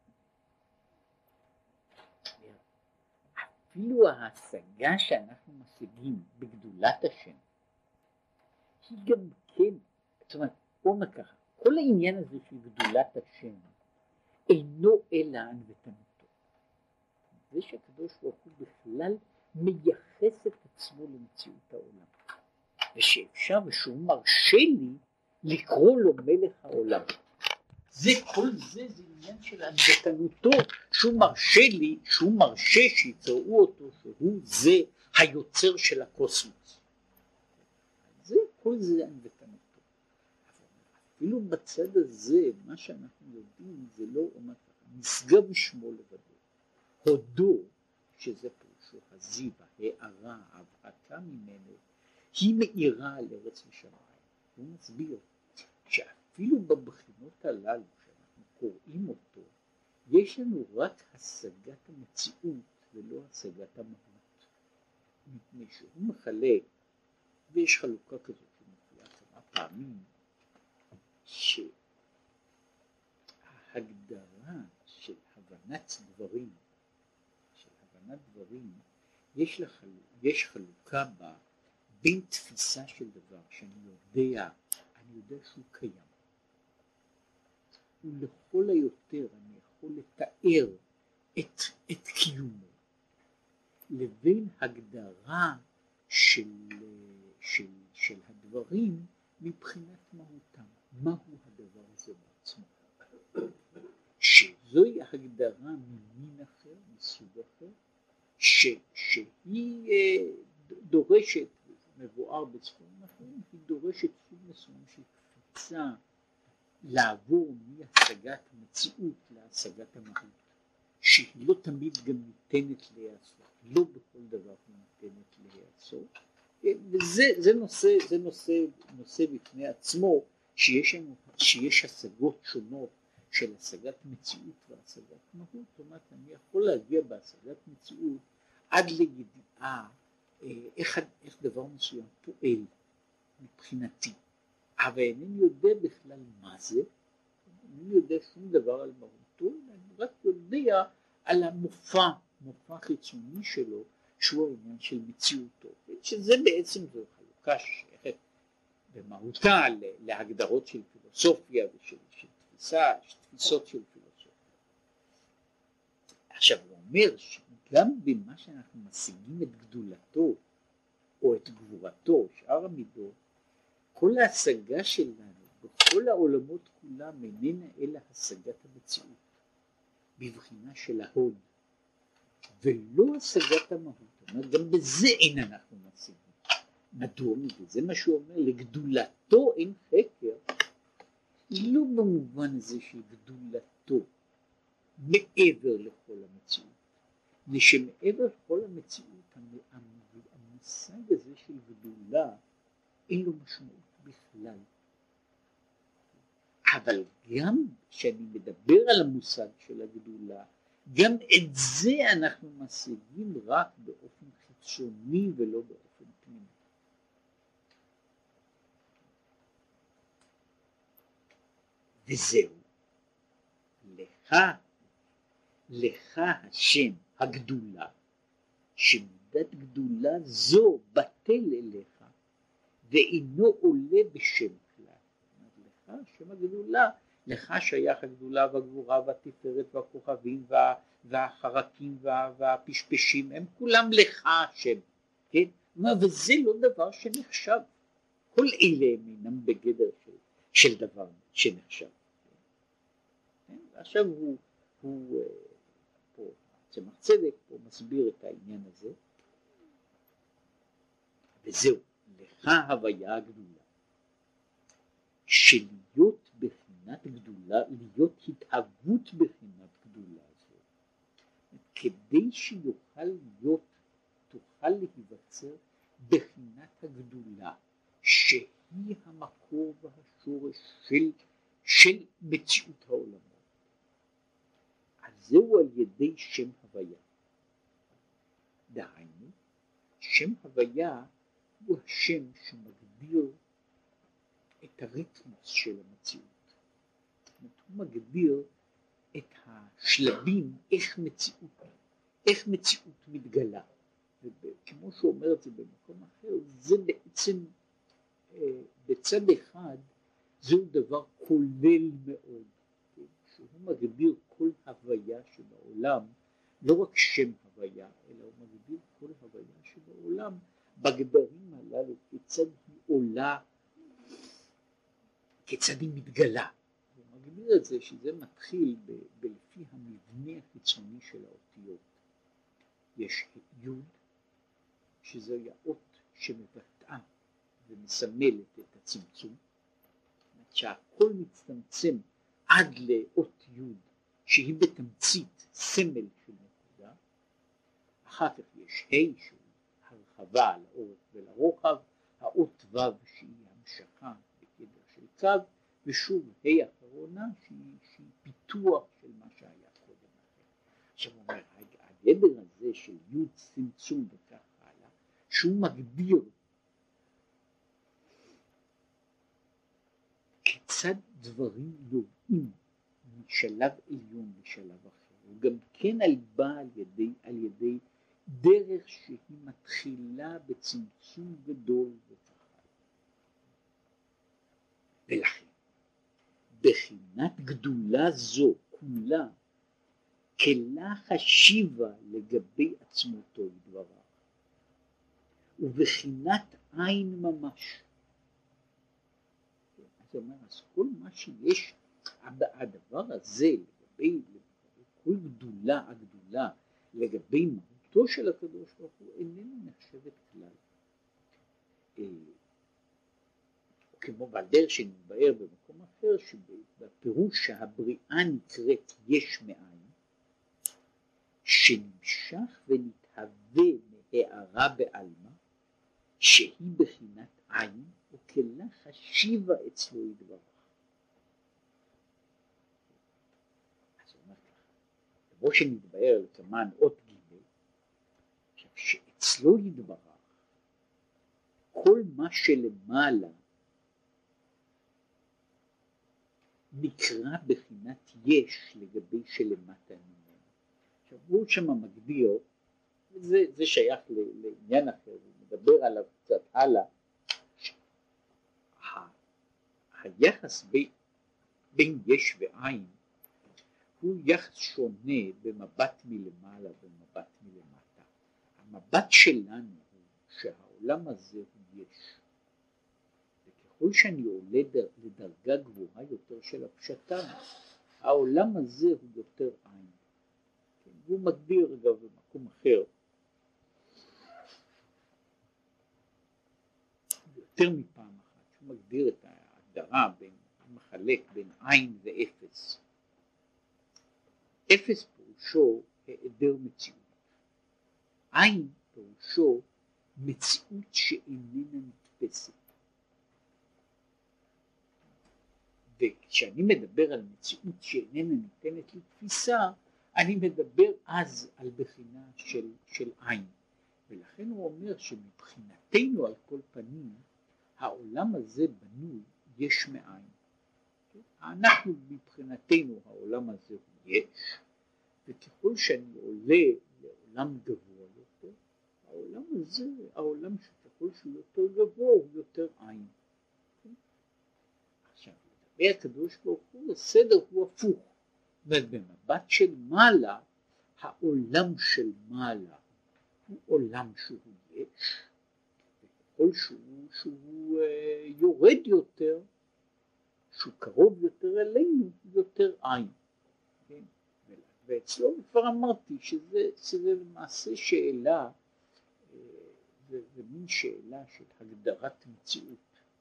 אפילו ההשגה שאנחנו משיגים בגדולת השם היא גם כן, זאת אומרת, בוא אומר ככה, כל העניין הזה של גדולת השם אינו אלא ענוותנותו. זה שהקדוש ברוך הוא בכלל מייחס את עצמו למציאות העולם, ושאפשר ושהוא מרשה לי לקרוא לו מלך העולם. זה כל זה זה עניין של ענוותנותו, שהוא מרשה לי, שהוא מרשה שיצראו אותו, שהוא זה היוצר של הקוסמוס. זה כל זה ענוותנותו. אפילו בצד הזה מה שאנחנו יודעים זה לא אומר נשגב שמו לבדו, הודו שזה פירושו הזיו, הערה, ההבהקה ממנו, היא מאירה על ארץ ושמיים. הוא מסביר שאפילו בבחינות הללו שאנחנו קוראים אותו, יש לנו רק השגת המציאות ולא השגת המהות. מפני שהוא מחלק, ויש חלוקה כזאת שמופיעה כמה פעמים, שההגדרה של הבנת דברים, של הבנת דברים, יש, לחל... יש חלוקה בה בין תפיסה של דבר שאני יודע, אני יודע שהוא קיים, ולכל היותר אני יכול לתאר את, את קיומו, לבין הגדרה של, של, של הדברים מבחינת מהותם. מהו הדבר הזה בעצמו? שזוהי הגדרה ממין אחר, מסוג אחר, ש, שהיא דורשת, מבואר בצפון אחרים, היא דורשת סוג מסוים של קפיצה לעבור מהשגת מציאות להשגת המהות, שהיא לא תמיד גם ניתנת להיעשות, לא בכל דבר היא ניתנת להיעשות, וזה זה נושא, זה נושא, נושא בפני עצמו, שיש, שיש השגות שונות של השגת מציאות והשגת מהות. זאת אומרת, אני יכול להגיע בהשגת מציאות עד לידיעה איך, איך דבר מסוים פועל מבחינתי, אבל אינני יודע בכלל מה זה, אינני יודע שום דבר על מהותו, אני רק יודע על המופע, מופע חיצוני שלו, שהוא העניין של מציאותו, שזה בעצם זו חלוקה ששייכת במהותה להגדרות של פילוסופיה ושל של תפיסה, של תפיסות של פילוסופיה. עכשיו הוא אומר שגם במה שאנחנו משיגים את גדולתו או את גבורתו, שאר המידות, כל ההשגה שלנו בכל העולמות כולם איננה אלא השגת המציאות בבחינה של ההוד, ולא השגת המהות. אומר, גם בזה אין אנחנו משיגים. מדוע? וזה מה שהוא אומר, לגדולתו אין חקר, לא במובן הזה של גדולתו מעבר לכל המציאות, ושמעבר לכל המציאות המושג הזה של גדולה אין לו משמעות בכלל. אבל גם כשאני מדבר על המושג של הגדולה, גם את זה אנחנו משיגים רק באופן חיצוני ולא באופן פנימי. וזהו, לך, לך השם הגדולה, שמידת גדולה זו בטל אליך, ואינו עולה בשם כלל. לך השם הגדולה, לך שייך הגדולה והגבורה והתפארת והכוכבים וה, והחרקים וה, והפשפשים, הם כולם לך השם, כן? וזה לא דבר שנחשב. כל אלה הם אינם בגדר של, של דבר שנחשב. כן? ועכשיו הוא, הוא פה צמח צדק פה מסביר את העניין הזה, וזהו, לך הוויה הגדולה, שלהיות בחינת גדולה, להיות התהוות בחינת גדולה זו, כדי שיוכל להיות, תוכל להיווצר בחינת הגדולה, שהיא המקור והשורש של, של מציאות העולמות. אז זהו על ידי שם הוויה. דהיינו, שם הוויה הוא השם שמגדיר את הריתמוס של המציאות. הוא מגדיר את השלבים, איך מציאות, איך מציאות מתגלה. וכמו שהוא אומר את זה במקום אחר, זה בעצם, בצד אחד, זהו דבר כולל מאוד, שהוא מגדיר כל הוויה שבעולם, לא רק שם הוויה, אלא הוא מגדיר כל הוויה שבעולם, בגדרים הללו, כיצד היא עולה, כיצד היא מתגלה. הוא מגדיר את זה שזה מתחיל ב- בלפי המבנה החיצוני של האותיות. יש י' שזוהי האות שמבטאה ומסמלת את הצמצום, שהכל מצטמצם עד לאות י' שהיא בתמצית סמל של נקודה. אחר כך יש ה' שהוא הרחבה לאורך ולרוחב, האות ו' שהיא המשכה בגדר של קו, ושוב ה' האחרונה שהיא, שהיא פיתוח של מה שהיה קודם לכן. עכשיו הוא אומר, הגדר הזה של י' צמצום וכך הלאה, שהוא מגדיר כיצד דברים יורדים משלב עליון לשלב אחר. הוא גם כן על בא על ידי, על ידי דרך שהיא מתחילה בצמצום גדול וכך הלאה. ולכן בחינת גדולה זו כולה כלה חשיבה לגבי עצמותו יתברך, ובחינת עין ממש. זאת אומרת, אז כל מה שיש, הדבר הזה לגבי, לגבי כל גדולה הגדולה, לגבי מהותו של הקדוש ברוך הוא, איננה נחשבת כלל. כמו בדרך שנתבאר במקום אחר, שבפירוש שהבריאה נקראת יש מאין, שנמשך ונתהווה מהערה בעלמא, שהיא בחינת עין, וכלה חשיבה אצלו יתברך. אז הוא אומר ככה, כמו שנתבאר כמן אות ג', שאצלו יתברך, כל מה שלמעלה נקרא בחינת יש לגבי שלמטה ממנו. עכשיו הוא שמה מגדיר, וזה זה שייך לעניין אחר, הוא מדבר עליו קצת הלאה, היחס בין, בין יש ועין הוא יחס שונה במבט מלמעלה ומבט מלמטה. המבט שלנו הוא שהעולם הזה הוא יש, וככל שאני עולה לדרגה גבוהה יותר של הפשטה, העולם הזה הוא יותר עין. כן? והוא מגדיר אגב במקום אחר יותר מפעם אחת, הוא מגדיר את ההגדרה בין, מחלק בין עין ואפס. אפס פירושו היעדר מציאות, עין פירושו מציאות שאיננה נתפסת. וכשאני מדבר על מציאות שאיננה ניתנת לתפיסה, אני מדבר אז על בחינה של, של עין. ולכן הוא אומר שמבחינתנו על כל פנים, העולם הזה בנוי יש מאין. אנחנו מבחינתנו העולם הזה הוא יש, וככל שאני עולה לעולם גבוה יותר, העולם הזה, העולם שככל שהוא יותר גבוה הוא יותר עין. עכשיו, לגבי הקדוש ברוך הוא, הסדר הוא הפוך. זאת אומרת, במבט של מעלה, העולם של מעלה הוא עולם שהוא יש, וככל שהוא, שהוא אה, יורד יותר, שהוא קרוב יותר אלינו, יותר עין. כן? ואצלו כבר אמרתי שזה, שזה למעשה שאלה, זה, זה מין שאלה של הגדרת מציאות.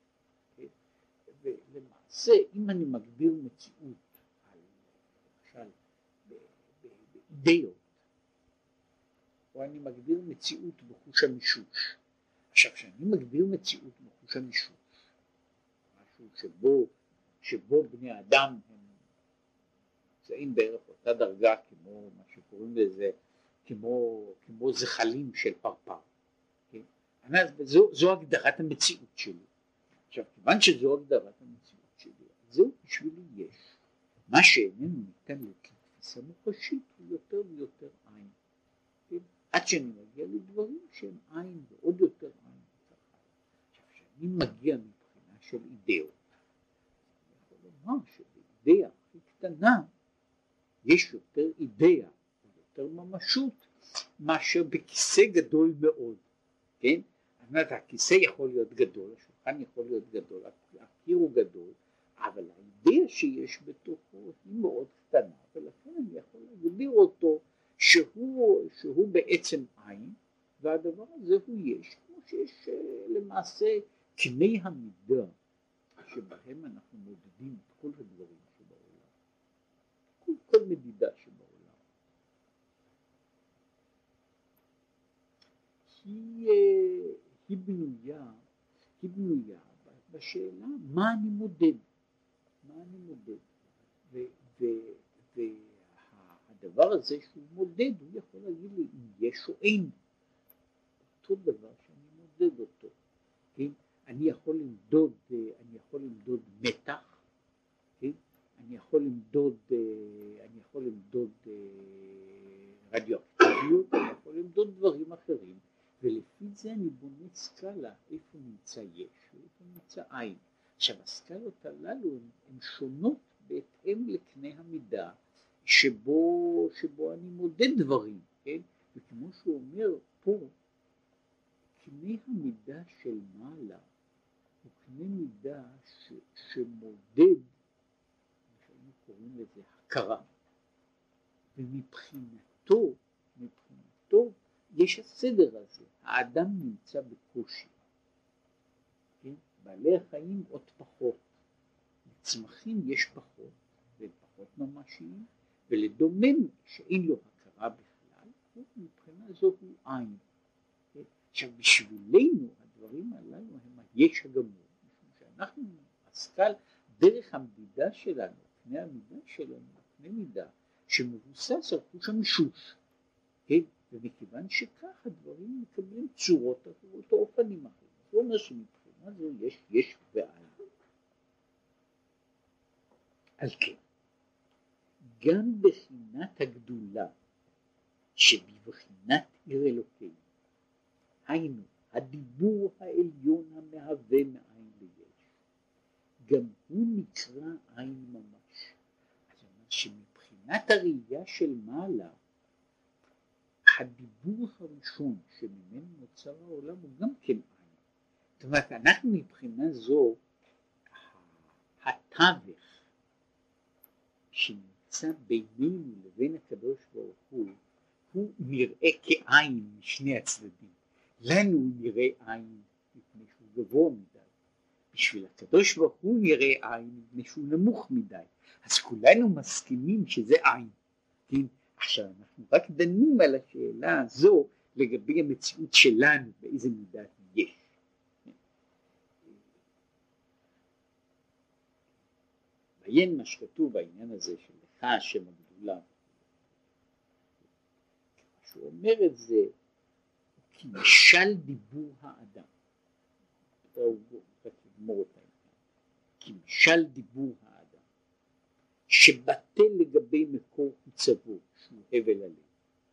ולמעשה אם אני מגדיר מציאות על, למשל, באידאות, או אני מגדיר מציאות בחוש המישוש. עכשיו כשאני מגדיר מציאות בחוש המישוש, משהו שבו, שבו בני אדם הם נמצאים בערך אותה דרגה כמו מה שקוראים לזה, כמו, כמו זחלים של פרפר. כן? אז זו, זו הגדרת המציאות שלי. עכשיו כיוון שזו הגדרת המציאות שלי, זהו בשבילי יש. מה שאיננו ניתן לתפיסה מוחשית הוא יותר ויותר עין. כן? עד שאני מגיע לדברים שהם עין ועוד יותר עין. עכשיו כשאני מגיע מבחינה של אידאות, אני יכול לומר שבאידאה הכי קטנה יש יותר אידאה, יותר ממשות, מאשר בכיסא גדול מאוד. כן? זאת אומרת, הכיסא יכול להיות גדול, השולחן יכול להיות גדול, הקיר הוא גדול, אבל האידאה שיש בתוכו היא מאוד קטנה, ולכן אני יכול להגדיר אותו שהוא, שהוא בעצם עין, והדבר הזה הוא יש, כמו שיש למעשה קני המידה שבהם אנחנו מודדים את כל הדברים שבעולם, כל, כל מדידה שבעולם. היא, היא בנויה, היא בנויה בשאלה מה אני מודד, מה אני מודד, ו, ו, והדבר הזה שהוא מודד, הוא יכול להגיד לי אם יש או אין, אותו דבר שאני מודד אותו. כן? אני יכול למדוד, אני יכול למדוד מתח, כן? אני יכול למדוד, אני יכול למדוד רדיואקטיביות, אני יכול למדוד דברים אחרים, ולפי זה אני בונה סקאלה, איפה נמצא יש ואיפה נמצא עין. עכשיו הסקאלות הללו הן שונות בהתאם לקנה המידה שבו, שבו אני מודד דברים, כן? וכמו שהוא אומר פה, קנה המידה של מעלה הוא קנה מידה ש, שמודד, שאנחנו קוראים לזה הכרה, ומבחינתו, מבחינתו יש הסדר הזה, האדם נמצא בקושי, כן? בעלי החיים עוד פחות, לצמחים יש פחות, והם פחות ממשיים, ולדומם שאין לו הכרה בכלל, ומבחינה זו הוא עין. כן? עכשיו בשבילנו הדברים הללו הם היש הגמור, משום שאנחנו הסקל, דרך המדידה שלנו, קנה המידה שלנו, קנה מידה שמבוסס על חוש המישוש, כן? ומכיוון שכך הדברים מקבלים צורות אחרות או אופנים אחרים. זה אומר שמבחינה זו יש יש ועין. על כן, גם בחינת הגדולה שבבחינת עיר אלוקים, היינו הדיבור העליון המהווה מאין ליש, גם הוא נקרא עין ממש. זאת אומרת שמבחינת הראייה של מעלה, הדיבור הראשון שממנו נוצר העולם הוא גם כן עין. זאת אומרת, אנחנו מבחינה זו, התווך שנמצא בינינו לבין הקדוש ברוך הוא, הוא נראה כעין משני הצדדים. לנו הוא נראה עין מפני שהוא גבוה מדי. בשביל הקדוש ברוך הוא נראה עין מפני שהוא נמוך מדי. אז כולנו מסכימים שזה עין. כן? עכשיו אנחנו רק דנים על השאלה הזו לגבי המציאות שלנו, באיזה מידה יש. בעיין מה שכתוב בעניין הזה של לך השם הגדולה. שהוא אומר את זה, כי משל דיבור האדם. כי משל דיבור האדם. שבטל לגבי מקור חוצבו, שהוא הבל הלב.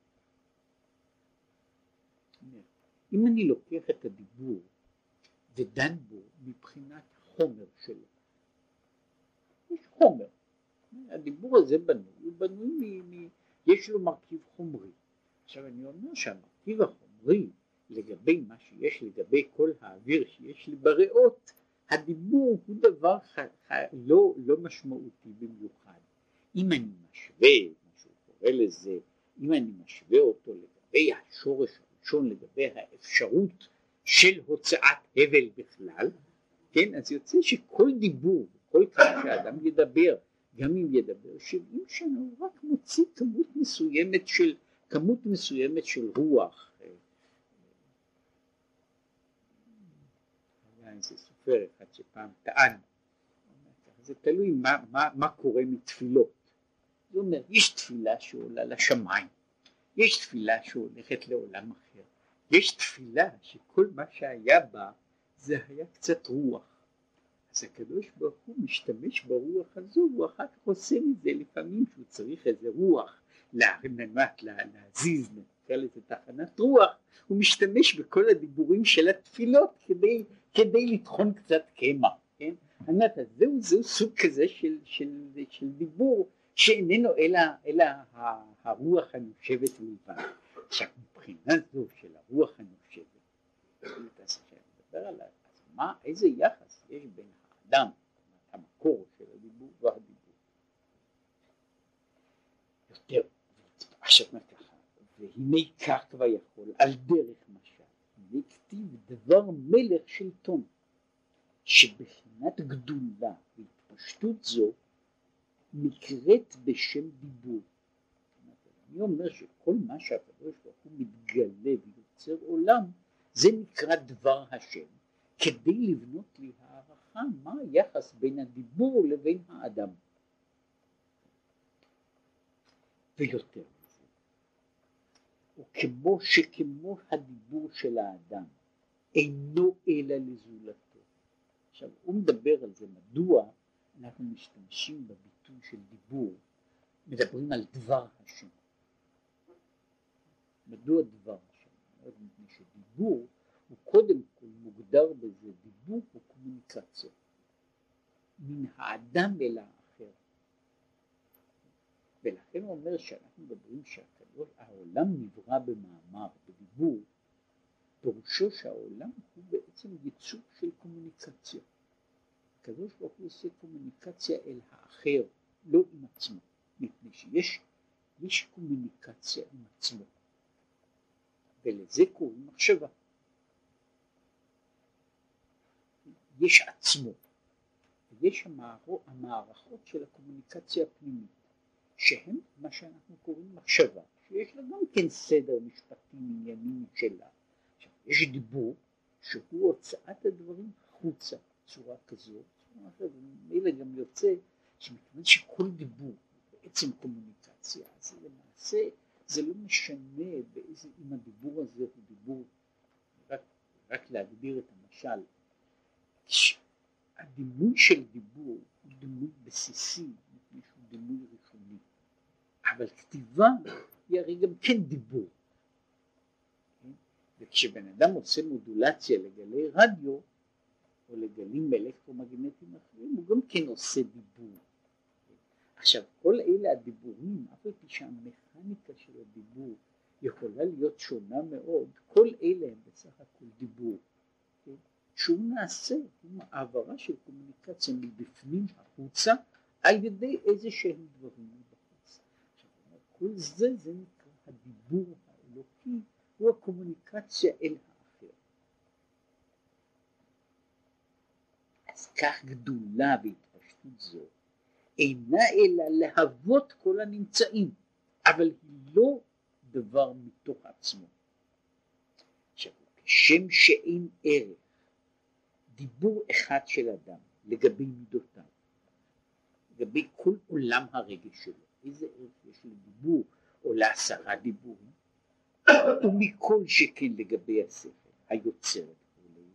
אם אני לוקח את הדיבור ודן בו מבחינת החומר שלו, יש חומר, הדיבור הזה בנוי, הוא בנוי, מ, מ, יש לו מרכיב חומרי. עכשיו אני אומר שהמרכיב החומרי לגבי מה שיש, לגבי כל האוויר שיש לי בריאות, הדיבור הוא דבר ח, ח, לא, לא משמעותי במיוחד. אם אני משווה מה שהוא קורא קורא לזה, אם אני משווה אותו לגבי השורש הראשון, לגבי האפשרות של הוצאת הבל בכלל, כן, אז יוצא שכל דיבור, כל כמה שהאדם ידבר, גם אם ידבר שבעים שנה, הוא רק מוציא כמות מסוימת של, כמות מסוימת של רוח. היה איזה סופר אחד שפעם טען, זה תלוי מה, מה, מה קורה מתפילות. זאת אומרת, יש תפילה שעולה לשמיים, יש תפילה שהולכת לעולם אחר, יש תפילה שכל מה שהיה בה זה היה קצת רוח. אז הקדוש ברוך הוא משתמש ברוח הזו, הוא אחר כך עושה מזה לפעמים שהוא צריך איזה רוח להרננת, להזיז, נקרא לזה תחנת רוח, הוא משתמש בכל הדיבורים של התפילות כדי, כדי לטחון קצת קמח, כן? זאת, זהו, זהו סוג כזה של, של, של דיבור שאיננו אלא, אלא הרוח הנושבת בלבד. עכשיו מבחינה זו של הרוח הנושבת, אז נדבר עליו, אז מה, איזה יחס יש בין האדם, המקור של הדיבור והדיבור? יותר, עכשיו ככה, והנה כך כבר יכול, על דרך משל, וכתיב דבר מלך שלטון, שבחינת גדולה והתפשטות זו נקראת בשם דיבור. אני אומר שכל מה שהקדוש ברוך הוא מתגלה ויוצר עולם, זה נקרא דבר השם, כדי לבנות לי הערכה מה היחס בין הדיבור לבין האדם. ויותר מזה, וכמו שכמו הדיבור של האדם אינו אלא לזולתו. עכשיו הוא מדבר על זה, מדוע אנחנו משתמשים בביטוי של דיבור, מדברים על דבר השם. מדוע דבר השם? מפני שדיבור הוא קודם כל מוגדר בזה, דיבור הוא קומוניקציה מן האדם אל האחר, ולכן הוא אומר שאנחנו מדברים שהקדוש, העולם נברא במאמר, בדיבור, פירושו שהעולם הוא בעצם ייצוג של קומוניקציה. הקדוש ברוך הוא עושה קומוניקציה אל האחר, לא עם עצמו, מפני שיש יש קומוניקציה עם עצמו, ולזה קוראים מחשבה. יש עצמו, ויש המערכות של הקומוניקציה הפנימית, שהן מה שאנחנו קוראים מחשבה, שיש לה גם כן סדר משפטי ענייני שלה. יש דיבור שהוא הוצאת הדברים חוצה, צורה כזו, צורה אחרת, ומילא גם יוצא שמכיוון שכל דיבור בעצם קומוניקציה, אז למעשה זה לא משנה באיזה, אם הדיבור הזה הוא דיבור, רק, רק להגדיר את המשל, הדימוי של דיבור הוא דימוי בסיסי, מפני שהוא דימוי ראשוני, אבל כתיבה היא הרי גם כן דיבור. וכשבן אדם עושה מודולציה לגלי רדיו או לגלים אלקטרומגנטיים אחרים, הוא גם כן עושה דיבור. עכשיו כל אלה הדיבורים, אף על פי שהמכניקה של הדיבור יכולה להיות שונה מאוד, כל אלה הם בסך הכל דיבור, כן? שהוא נעשה עם העברה של קומוניקציה מבפנים החוצה על ידי איזה שהם דברים מבחוץ. עכשיו כל זה זה נקרא הדיבור האלוקי, הוא הקומוניקציה אל האחר. אז כך גדולה והתפשטות זו אינה אלא להוות כל הנמצאים, אבל היא לא דבר מתוך עצמו. עכשיו, כשם שאין ערך דיבור אחד של אדם לגבי מידותיו, לגבי כל עולם הרגש שלו, איזה ערך יש לדיבור או לעשרה דיבורים, ומכל שכן לגבי השכל היוצרת וכולי,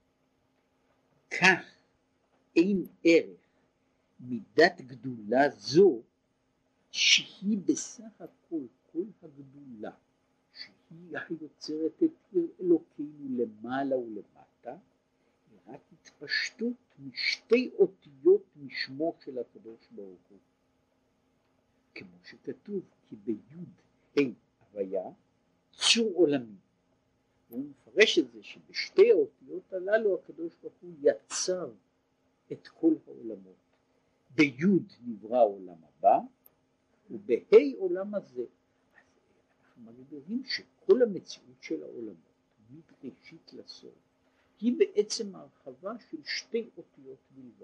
כך אין ערך מידת גדולה זו שהיא בסך הכל כל הגדולה שהיא היוצרת את אלוקינו למעלה ולמטה, היא רק התפשטות משתי אותיות משמו של הקדוש ברוך הוא, כמו שכתוב כי ביוד ה' הוויה צור עולמי. הוא מפרש את זה שבשתי האותיות הללו הקדוש ברוך הוא יצר את כל העולמות. ביוד נברא העולם הבא, ובהי עולם הזה. אז אנחנו מגדירים שכל המציאות של העולמות, מבראשית לסוף, היא בעצם הרחבה של שתי אותיות בלבד.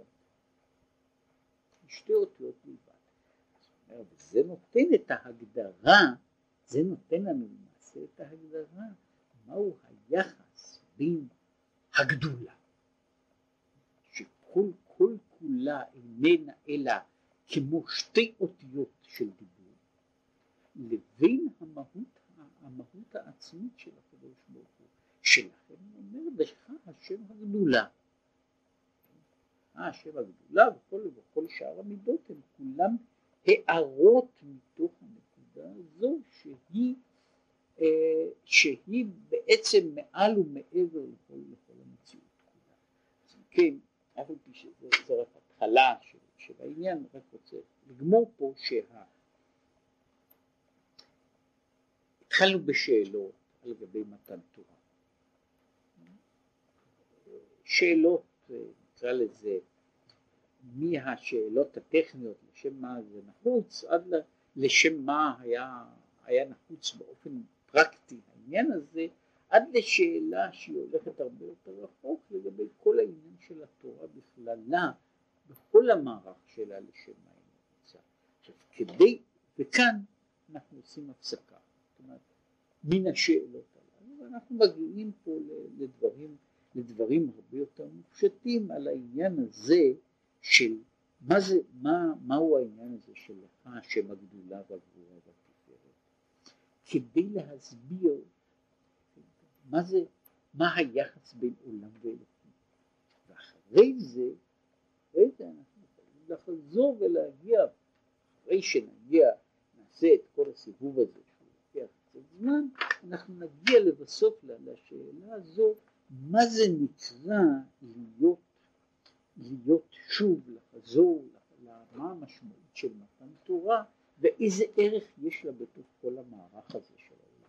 שתי אותיות בלבד. וזה נותן את ההגדרה, זה נותן לנו למעשה את ההגדרה, מהו היחס בין הגדולה, שכל כל כולה איננה אלא כמו שתי אותיות של דיבור, לבין המהות, המהות העצמית של הקדוש ברוך הוא, שלכם אומר לך השם הגדולה. השם הגדולה וכל, וכל שאר המידות הם כולם הערות מתוך הנקודה הזו שהיא, אה, שהיא בעצם מעל ומעבר לכל, לכל המציאות כולה. אז כן, אף על פי שזה רק התחלה של, של העניין, רק רוצה לגמור פה שה... התחלנו בשאלות על גבי מתן תורה. שאלות, נקרא לזה, מהשאלות הטכניות לשם מה זה נחוץ, עד לשם מה היה, היה נחוץ באופן פרקטי העניין הזה, עד לשאלה שהיא הולכת הרבה יותר רחוק לגבי כל העניין של התורה בכללה, בכל המערך שלה לשם מה היא נמצא. עכשיו כדי, וכאן אנחנו עושים הפסקה, זאת אומרת, מן השאלות הללו, ואנחנו מגיעים פה לדברים, לדברים הרבה יותר מופשטים על העניין הזה של מה זה, מה, מהו העניין הזה של לך השם הגדולה והגבורה והתפארת, כדי להסביר מה זה, מה היחס בין עולם ואלוקים. ואחרי זה, אחרי זה אנחנו יכולים לחזור ולהגיע, אחרי שנגיע, נעשה את כל הסיבוב הזה שהוא לוקח קצת זמן, אנחנו נגיע לבסוף לשאלה הזו, מה זה נקרא להיות, להיות שוב, לחזור, מה המשמעות של מתן תורה, ואיזה ערך יש לה בתוך כל המערך הזה של